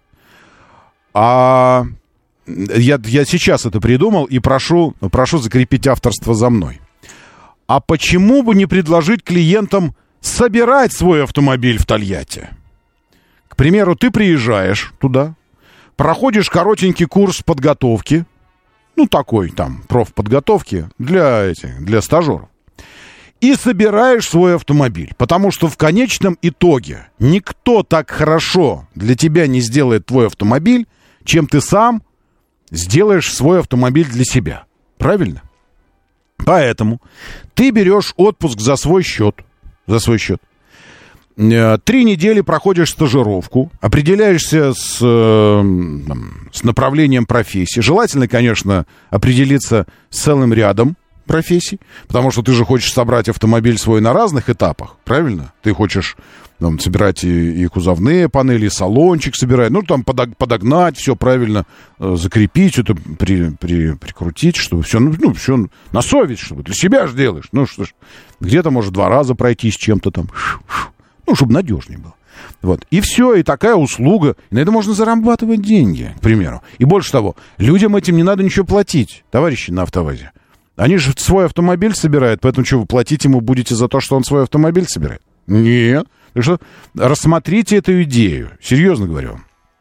А я, я сейчас это придумал и прошу, прошу закрепить авторство за мной. А почему бы не предложить клиентам собирать свой автомобиль в Тольятти? К примеру, ты приезжаешь туда, проходишь коротенький курс подготовки, ну, такой там, профподготовки для этих, для стажеров, и собираешь свой автомобиль, потому что в конечном итоге никто так хорошо для тебя не сделает твой автомобиль, чем ты сам сделаешь свой автомобиль для себя. Правильно? Поэтому ты берешь отпуск за свой счет, за свой счет, три недели проходишь стажировку, определяешься с, с направлением профессии. Желательно, конечно, определиться с целым рядом профессий, потому что ты же хочешь собрать автомобиль свой на разных этапах, правильно? Ты хочешь там, собирать и, и кузовные панели, и салончик собирать, ну, там подогнать, все правильно закрепить, это при, при, прикрутить, чтобы все, ну, все на совесть, чтобы для себя же делаешь. Ну, что ж, где-то, может, два раза пройтись чем-то там, ну, чтобы надежнее было. Вот. И все, и такая услуга. И на это можно зарабатывать деньги, к примеру. И больше того, людям этим не надо ничего платить, товарищи на АвтоВАЗе. Они же свой автомобиль собирают, поэтому что, вы платить ему будете за то, что он свой автомобиль собирает? Нет. Так что рассмотрите эту идею. Серьезно говорю.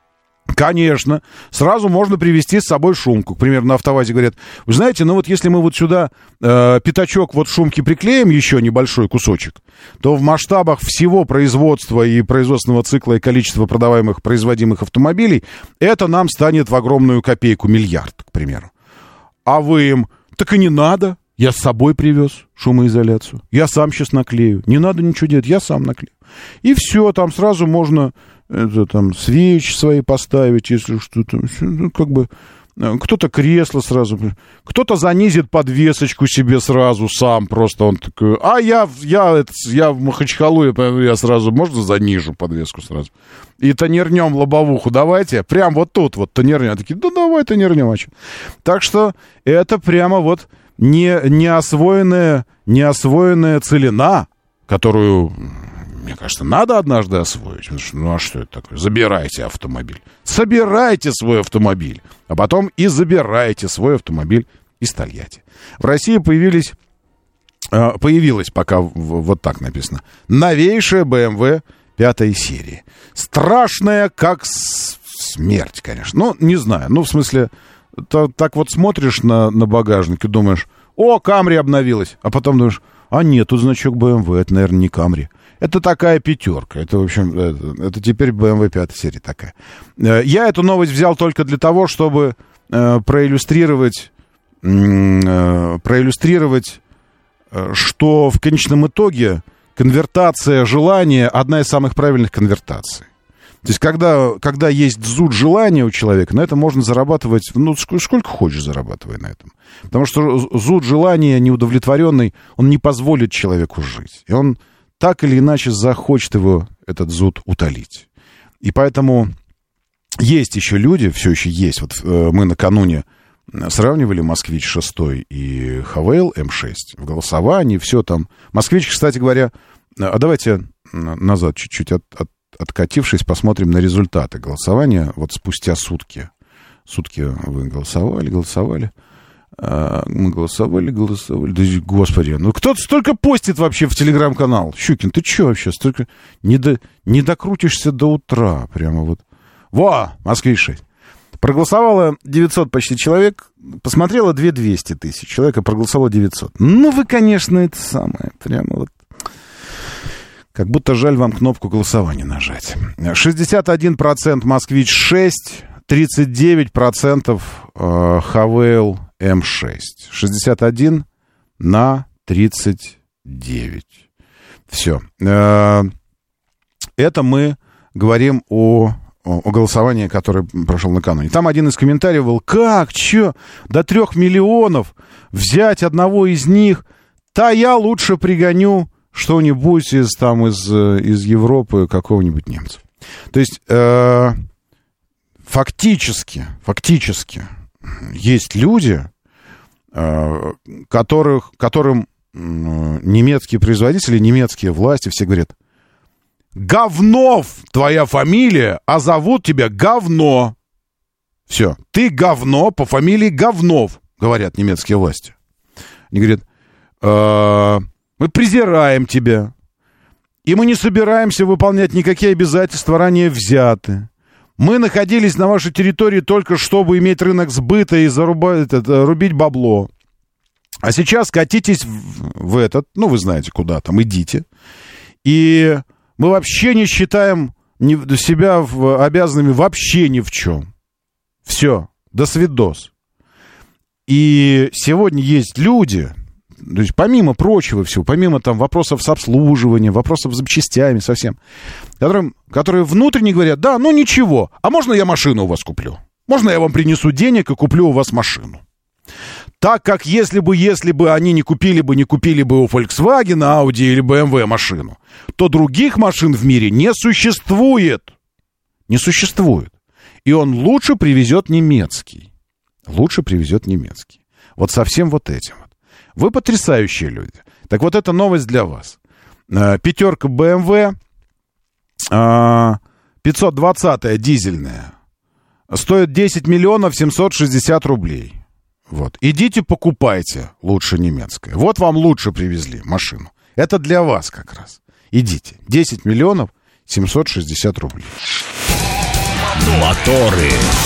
Конечно, сразу можно привезти с собой шумку. К примеру, на АвтоВАЗе говорят, вы знаете, ну вот если мы вот сюда э, пятачок вот шумки приклеим, еще небольшой кусочек, то в масштабах всего производства и производственного цикла и количества продаваемых, производимых автомобилей, это нам станет в огромную копейку, миллиард, к примеру. А вы им, так и не надо, я с собой привез шумоизоляцию, я сам сейчас наклею, не надо ничего делать, я сам наклею. И все, там сразу можно... Это там свечи свои поставить, если что-то, ну, как бы, кто-то кресло сразу, кто-то занизит подвесочку себе сразу сам, просто он такой, а я, я, это, я в Махачкалу, я сразу, можно занижу подвеску сразу, и тонернем лобовуху давайте, прям вот тут вот тонернем, такие, да давай тонернем, а что? Так что это прямо вот не, неосвоенная, неосвоенная целина, которую... Мне кажется, надо однажды освоить. Ну, а что это такое? Забирайте автомобиль. Собирайте свой автомобиль. А потом и забирайте свой автомобиль из Тольятти. В России появились, появилась, пока вот так написано, новейшая бэ эм вэ пятой серии. Страшная, как смерть, конечно. Ну, не знаю. Ну, в смысле, то, так вот смотришь на, на багажник и думаешь, о, Камри обновилась. А потом думаешь, а нет, тут значок бэ эм вэ, это, наверное, не Камри. Это такая пятерка. Это, в общем, это, это теперь бэ эм вэ пятой серии такая. Я эту новость взял только для того, чтобы э, проиллюстрировать, э, проиллюстрировать, э, что в конечном итоге конвертация желания одна из самых правильных конвертаций. То есть, когда, когда есть зуд желания у человека, на этом можно зарабатывать, ну, сколько, сколько хочешь, зарабатывай на этом. Потому что зуд желания неудовлетворенный, он не позволит человеку жить. И он так или иначе захочет его, этот зуд, утолить. И поэтому есть еще люди, все еще есть. Вот э, мы накануне сравнивали «Москвич» шесть и «Хавейл» эм шесть в голосовании, все там. «Москвич», кстати говоря, а давайте назад чуть-чуть от, от, откатившись, посмотрим на результаты голосования вот спустя сутки. Сутки вы голосовали, голосовали. Мы голосовали, голосовали. Да, господи, ну кто-то столько постит вообще в телеграм-канал. Щукин, ты что вообще? Столько не, до, не докрутишься до утра. Прямо вот. Во, Москвич шесть. Проголосовало девятьсот почти человек. Посмотрело две тысячи двести тысяч человек, а проголосовало девятьсот. Ну вы, конечно, это самое. Прямо вот. Как будто жаль вам кнопку голосования нажать. шестьдесят один процент Москвич шесть, тридцать девять процентов Хавейл эм шесть. шестьдесят один на тридцать девять. Все. Это мы говорим о, о голосовании, которое прошло накануне. Там один из комментариев был, как, чё, до трех миллионов взять одного из них, та я лучше пригоню что-нибудь из, там, из, из Европы, какого-нибудь немца. То есть, э, фактически, фактически есть люди, э, которых, которым э, немецкие производители, немецкие власти все говорят, Говнов твоя фамилия, а зовут тебя Говно. Все, ты говно по фамилии Говнов, говорят немецкие власти. Они говорят, э, мы презираем тебя, и мы не собираемся выполнять никакие обязательства ранее взяты. Мы находились на вашей территории только чтобы иметь рынок сбыта и зарубать, это, рубить бабло. А сейчас катитесь в, в этот, ну, вы знаете, куда там, идите. И мы вообще не считаем себя в, обязанными вообще ни в чем. Все, до свидос. И сегодня есть люди... То есть помимо прочего всего, помимо там вопросов с обслуживанием, вопросов с запчастями совсем, которым, которые внутренне говорят, да, ну ничего, а можно я машину у вас куплю? Можно я вам принесу денег и куплю у вас машину? Так как если бы, если бы они не купили бы, не купили бы у Volkswagen, Audi или бэ эм вэ машину, то других машин в мире не существует. Не существует. И он лучше привезет немецкий. Лучше привезет немецкий. Вот совсем вот этим вот. Вы потрясающие люди. Так вот, эта новость для вас. Пятерка бэ эм вэ, пятьсот двадцатая дизельная, стоит десять миллионов семьсот шестьдесят рублей. Вот. Идите покупайте лучше немецкое. Вот вам лучше привезли машину. Это для вас как раз. Идите. десять миллионов семьсот шестьдесят рублей.
Моторы.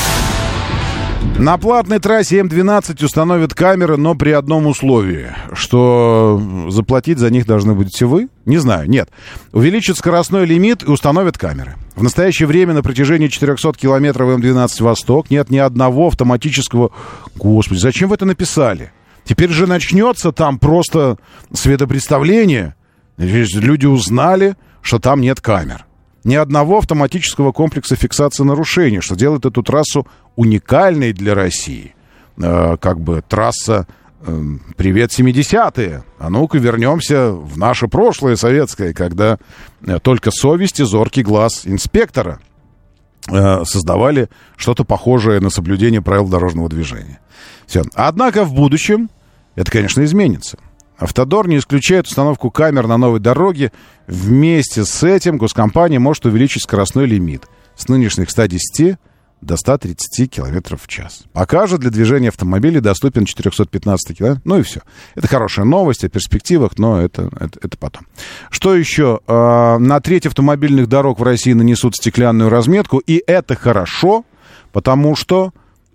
На платной трассе эм двенадцать установят камеры, но при одном условии, что заплатить за них должны будете вы? Не знаю, нет. Увеличат скоростной лимит и установят камеры. В настоящее время на протяжении четырехсот километров эм двенадцать Восток нет ни одного автоматического... Господи, зачем вы это написали? Теперь же начнется там просто светопредставление. Люди узнали, что там нет камер. Ни одного автоматического комплекса фиксации нарушений, что делает эту трассу уникальной для России. Э, как бы трасса э, «Привет, семидесятые». А ну-ка вернемся в наше прошлое советское, когда э, только совесть и зоркий глаз инспектора э, создавали что-то похожее на соблюдение правил дорожного движения. Все. Однако в будущем это, конечно, изменится. Автодор не исключает установку камер на новой дороге. Вместе с этим госкомпания может увеличить скоростной лимит с нынешних ста десяти до ста тридцати километров в час. Пока же для движения автомобилей доступен четыреста пятнадцать километров. Ну и все. Это хорошая новость о перспективах, но это, это, это потом. Что еще? На треть автомобильных дорог в России нанесут стеклянную разметку, и это хорошо, потому что...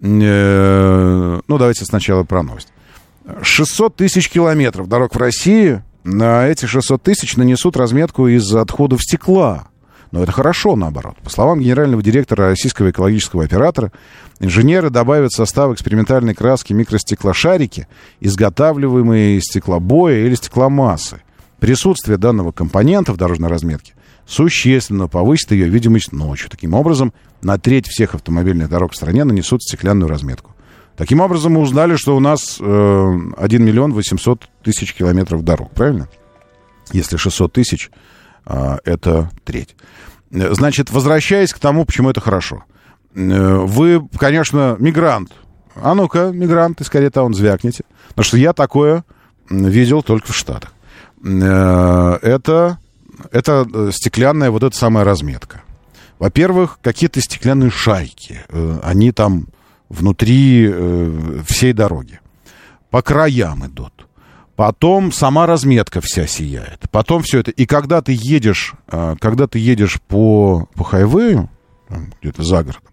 Ну, давайте сначала про новость. шестьсот тысяч километров дорог в России, на эти шестьсот тысяч нанесут разметку из отходов стекла. Но это хорошо, наоборот. По словам генерального директора российского экологического оператора, инженеры добавят в состав экспериментальной краски микростеклошарики, изготавливаемые из стеклобоя или стекломассы. Присутствие данного компонента в дорожной разметке существенно повысит ее видимость ночью. Таким образом, на треть всех автомобильных дорог в стране нанесут стеклянную разметку. Таким образом, мы узнали, что у нас э, один миллион восемьсот тысяч километров дорог, правильно? Если шестьсот тысяч, э, это треть. Значит, возвращаясь к тому, почему это хорошо. Э, вы, конечно, мигрант. А ну-ка, мигрант, из Каретаун звякните. Потому что я такое видел только в Штатах. Э, это, это стеклянная вот эта самая разметка. Во-первых, какие-то стеклянные шарики. Э, они там... внутри э, всей дороги. По краям идут. Потом сама разметка вся сияет. Потом все это. И когда ты едешь, э, когда ты едешь по, по хайвею, где-то за городом,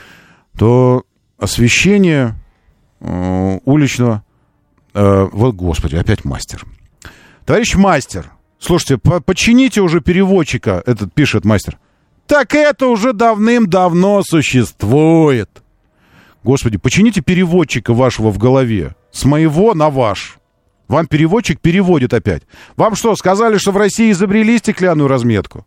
то освещение э, уличного... Э, вот, господи, опять мастер. Товарищ мастер, слушайте, по- почините уже переводчика, этот пишет мастер. Так это уже давным-давно существует. Господи, почините переводчика вашего в голове. С моего на ваш. Вам переводчик переводит опять. Вам что, сказали, что в России изобрели стеклянную разметку?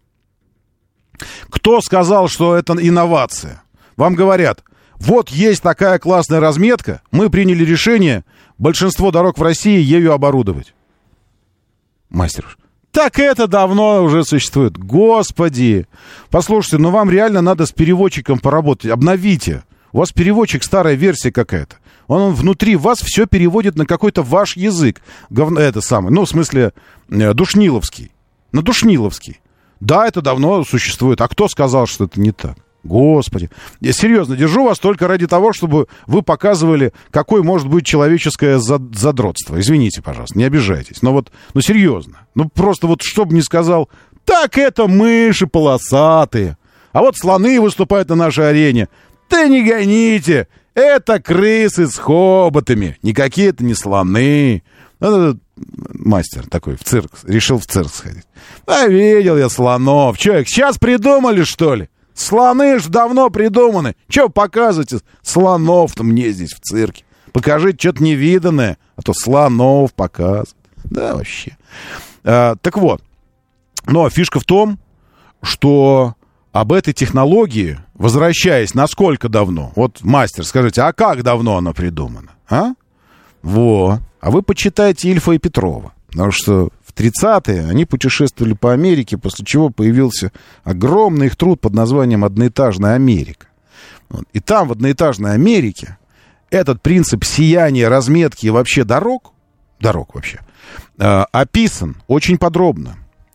Кто сказал, что это инновация? Вам говорят, вот есть такая классная разметка, мы приняли решение большинство дорог в России ею оборудовать. Мастер, так это давно уже существует. Господи, послушайте, ну вам реально надо с переводчиком поработать. Обновите. У вас переводчик, старая версия какая-то. Он, он внутри вас все переводит на какой-то ваш язык. Говно, это самое, ну, в смысле, э, душниловский. На душниловский. Да, это давно существует. А кто сказал, что это не так? Господи. Я серьезно держу вас только ради того, чтобы вы показывали, какое может быть человеческое задротство. Извините, пожалуйста, не обижайтесь. Но вот, ну, серьезно. Ну, просто вот, чтобы не сказал, так это мыши полосатые. А вот слоны выступают на нашей арене. Да не гоните! Это крысы с хоботами. Никакие это не слоны. Ну, мастер такой в цирк. Решил в цирк сходить. А видел я слонов. Че, их сейчас придумали, что ли? Слоны ж давно придуманы. Че показываете слонов-то мне здесь в цирке? Покажите что-то невиданное. А то слонов показывают. Да, вообще. А, так вот. Но фишка в том, что... Об этой технологии, возвращаясь, насколько давно? Вот, мастер, скажите, а как давно она придумана? А? Во. А вы почитайте Ильфа и Петрова. Потому что в тридцатые они путешествовали по Америке, после чего появился огромный их труд под названием «Одноэтажная Америка». Вот. И там, в одноэтажной Америке, этот принцип сияния, разметки и вообще дорог, дорог вообще, э, описан очень подробно.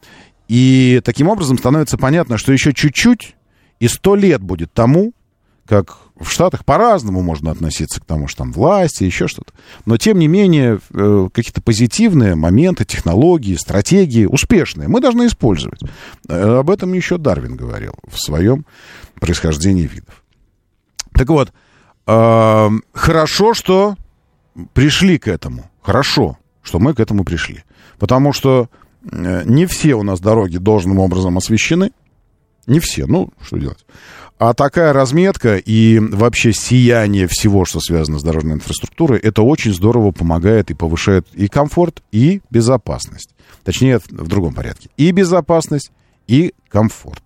И таким образом становится понятно, что еще чуть-чуть и сто лет будет тому, как в Штатах по-разному можно относиться к тому, что там власти, еще что-то. Но, тем не менее, какие-то позитивные моменты, технологии, стратегии, успешные, мы должны использовать. Об этом еще Дарвин говорил в своем «Происхождении видов». Так вот, э, хорошо, что пришли к этому. Хорошо, что мы к этому пришли. Потому что э, не все у нас дороги должным образом освещены. Не все, ну, что делать. А такая разметка и вообще сияние всего, что связано с дорожной инфраструктурой, это очень здорово помогает и повышает и комфорт, и безопасность. Точнее, в другом порядке. И безопасность, и комфорт.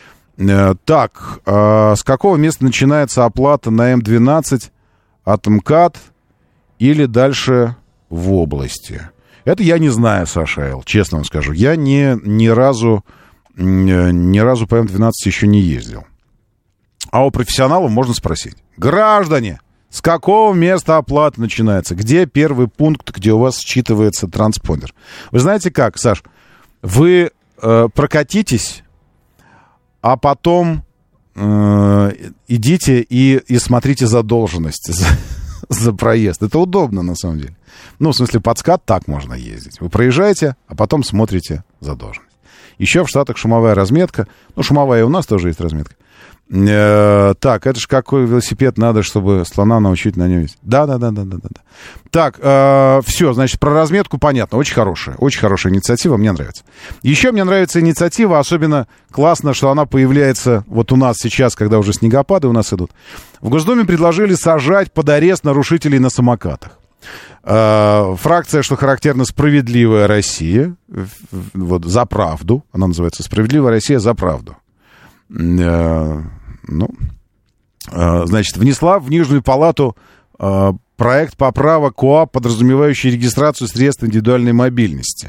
Так, с какого места начинается оплата на эм двенадцать от МКАД или дальше в области? Это я не знаю, Саша Эл, честно вам скажу. Я не, ни разу, ни разу по эм двенадцать еще не ездил. А у профессионалов можно спросить. Граждане, с какого места оплата начинается? Где первый пункт, где у вас считывается транспондер? Вы знаете как, Саш? Вы э, прокатитесь, а потом э, идите и, и смотрите задолженность за, за проезд. Это удобно, на самом деле. Ну, в смысле, под скат так можно ездить. Вы проезжаете, а потом смотрите задолженность. Еще в Штатах шумовая разметка. Ну, шумовая и у нас тоже есть разметка. Э, так, это же какой велосипед надо, чтобы слона научить на нем ездить. Да, да, да, да, да, да. Так, э, все, значит, про разметку понятно. Очень хорошая, очень хорошая инициатива, мне нравится. Еще мне нравится инициатива, особенно классно, что она появляется вот у нас сейчас, когда уже снегопады у нас идут. В Госдуме предложили сажать под арест нарушителей на самокатах. Э, фракция, что характерно, «Справедливая Россия», вот, «За правду», она называется «Справедливая Россия за правду». Э, ну, э, значит, внесла в Нижнюю палату э, проект поправок КоАП, подразумевающий регистрацию средств индивидуальной мобильности.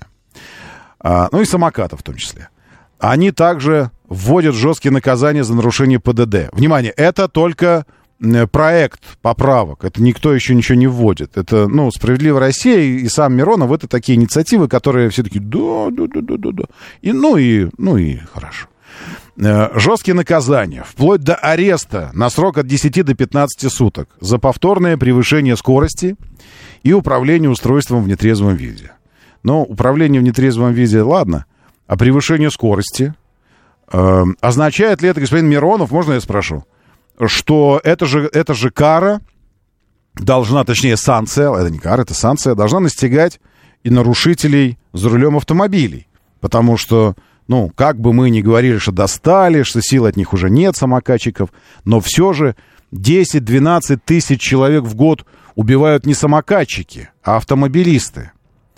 Э, ну и самокатов в том числе. Они также вводят жесткие наказания за нарушение ПДД. Внимание, это только проект поправок. Это никто еще ничего не вводит. Это, ну, «Справедливая Россия» и сам Миронов — это такие инициативы, которые все-таки да, да, да, да, да, да. И, ну, и, ну и хорошо. Жесткие наказания, вплоть до ареста на срок от десяти до пятнадцати суток за повторное превышение скорости и управление устройством в нетрезвом виде. Но управление в нетрезвом виде, ладно, а превышение скорости э, означает ли это, господин Миронов, можно я спрошу, что это же, это же кара должна, точнее санкция, это не кара, это санкция, должна настигать и нарушителей за рулем автомобилей, потому что, ну, как бы мы ни говорили, что достали, что сил от них уже нет, самокатчиков, но все же десять-двенадцать тысяч человек в год убивают не самокатчики, а автомобилисты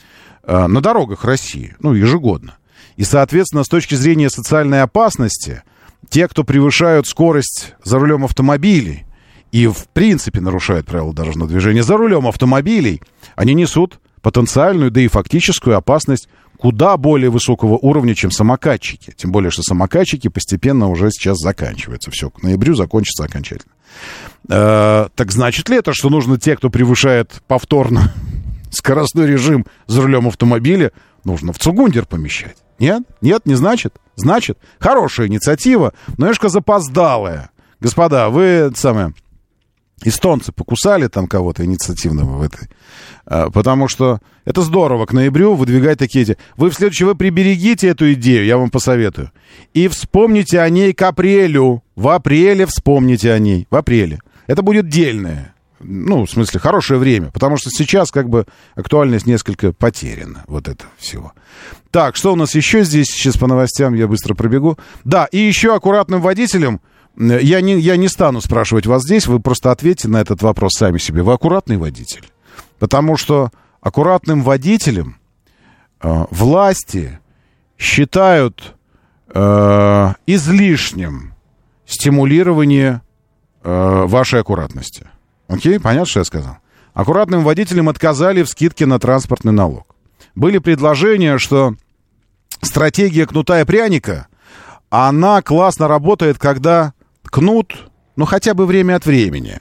э, на дорогах России, ну, ежегодно. И, соответственно, с точки зрения социальной опасности, те, кто превышают скорость за рулем автомобилей и, в принципе, нарушают правила дорожного движения за рулем автомобилей, они несут потенциальную, да и фактическую опасность куда более высокого уровня, чем самокатчики. Тем более, что самокатчики постепенно уже сейчас заканчиваются. Все, к ноябрю закончится окончательно. Э, так значит ли это, что нужно те, кто превышает повторно скоростной режим за рулем автомобиля, нужно в цугундер помещать? Нет? Нет, не значит? Значит. Хорошая инициатива, но немножко запоздалая. Господа, вы, самое, эстонцы покусали там кого-то инициативного в этой. А, потому что это здорово к ноябрю выдвигать такие идеи. Вы в следующий, вы приберегите эту идею, я вам посоветую. И вспомните о ней к апрелю. В апреле вспомните о ней. В апреле. Это будет дельное. Ну, в смысле, хорошее время, потому что сейчас как бы актуальность несколько потеряна, вот это всего. Так, что у нас еще здесь? Сейчас по новостям я быстро пробегу. Да, и еще аккуратным водителям, я не, я не стану спрашивать вас здесь, вы просто ответьте на этот вопрос сами себе. Вы аккуратный водитель? Потому что аккуратным водителем э, власти считают э, излишним стимулирование э, вашей аккуратности. Окей, понятно, что я сказал? Аккуратным водителям отказали в скидке на транспортный налог. Были предложения, что стратегия кнута и пряника, она классно работает, когда кнут, ну, хотя бы время от времени,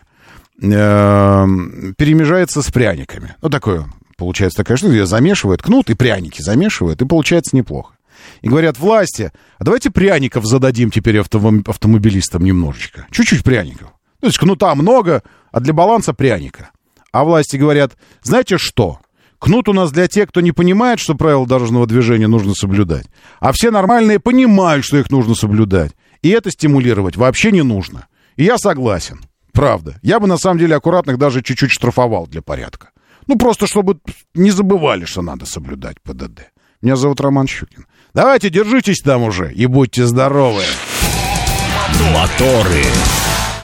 э, перемежается с пряниками. Ну, такое, получается такая штука, замешивают кнут и пряники замешивают, и получается неплохо. И говорят власти, а давайте пряников зададим теперь автом- автомобилистам немножечко. Чуть-чуть пряников. То есть кнута много, а для баланса пряника. А власти говорят, знаете что? Кнут у нас для тех, кто не понимает, что правила дорожного движения нужно соблюдать. А все нормальные понимают, что их нужно соблюдать. И это стимулировать вообще не нужно. И я согласен. Правда. Я бы, на самом деле, аккуратных даже чуть-чуть штрафовал для порядка. Ну, просто чтобы не забывали, что надо соблюдать ПДД. Меня зовут Роман Щукин. Давайте, держитесь там уже и будьте здоровы.
Моторы.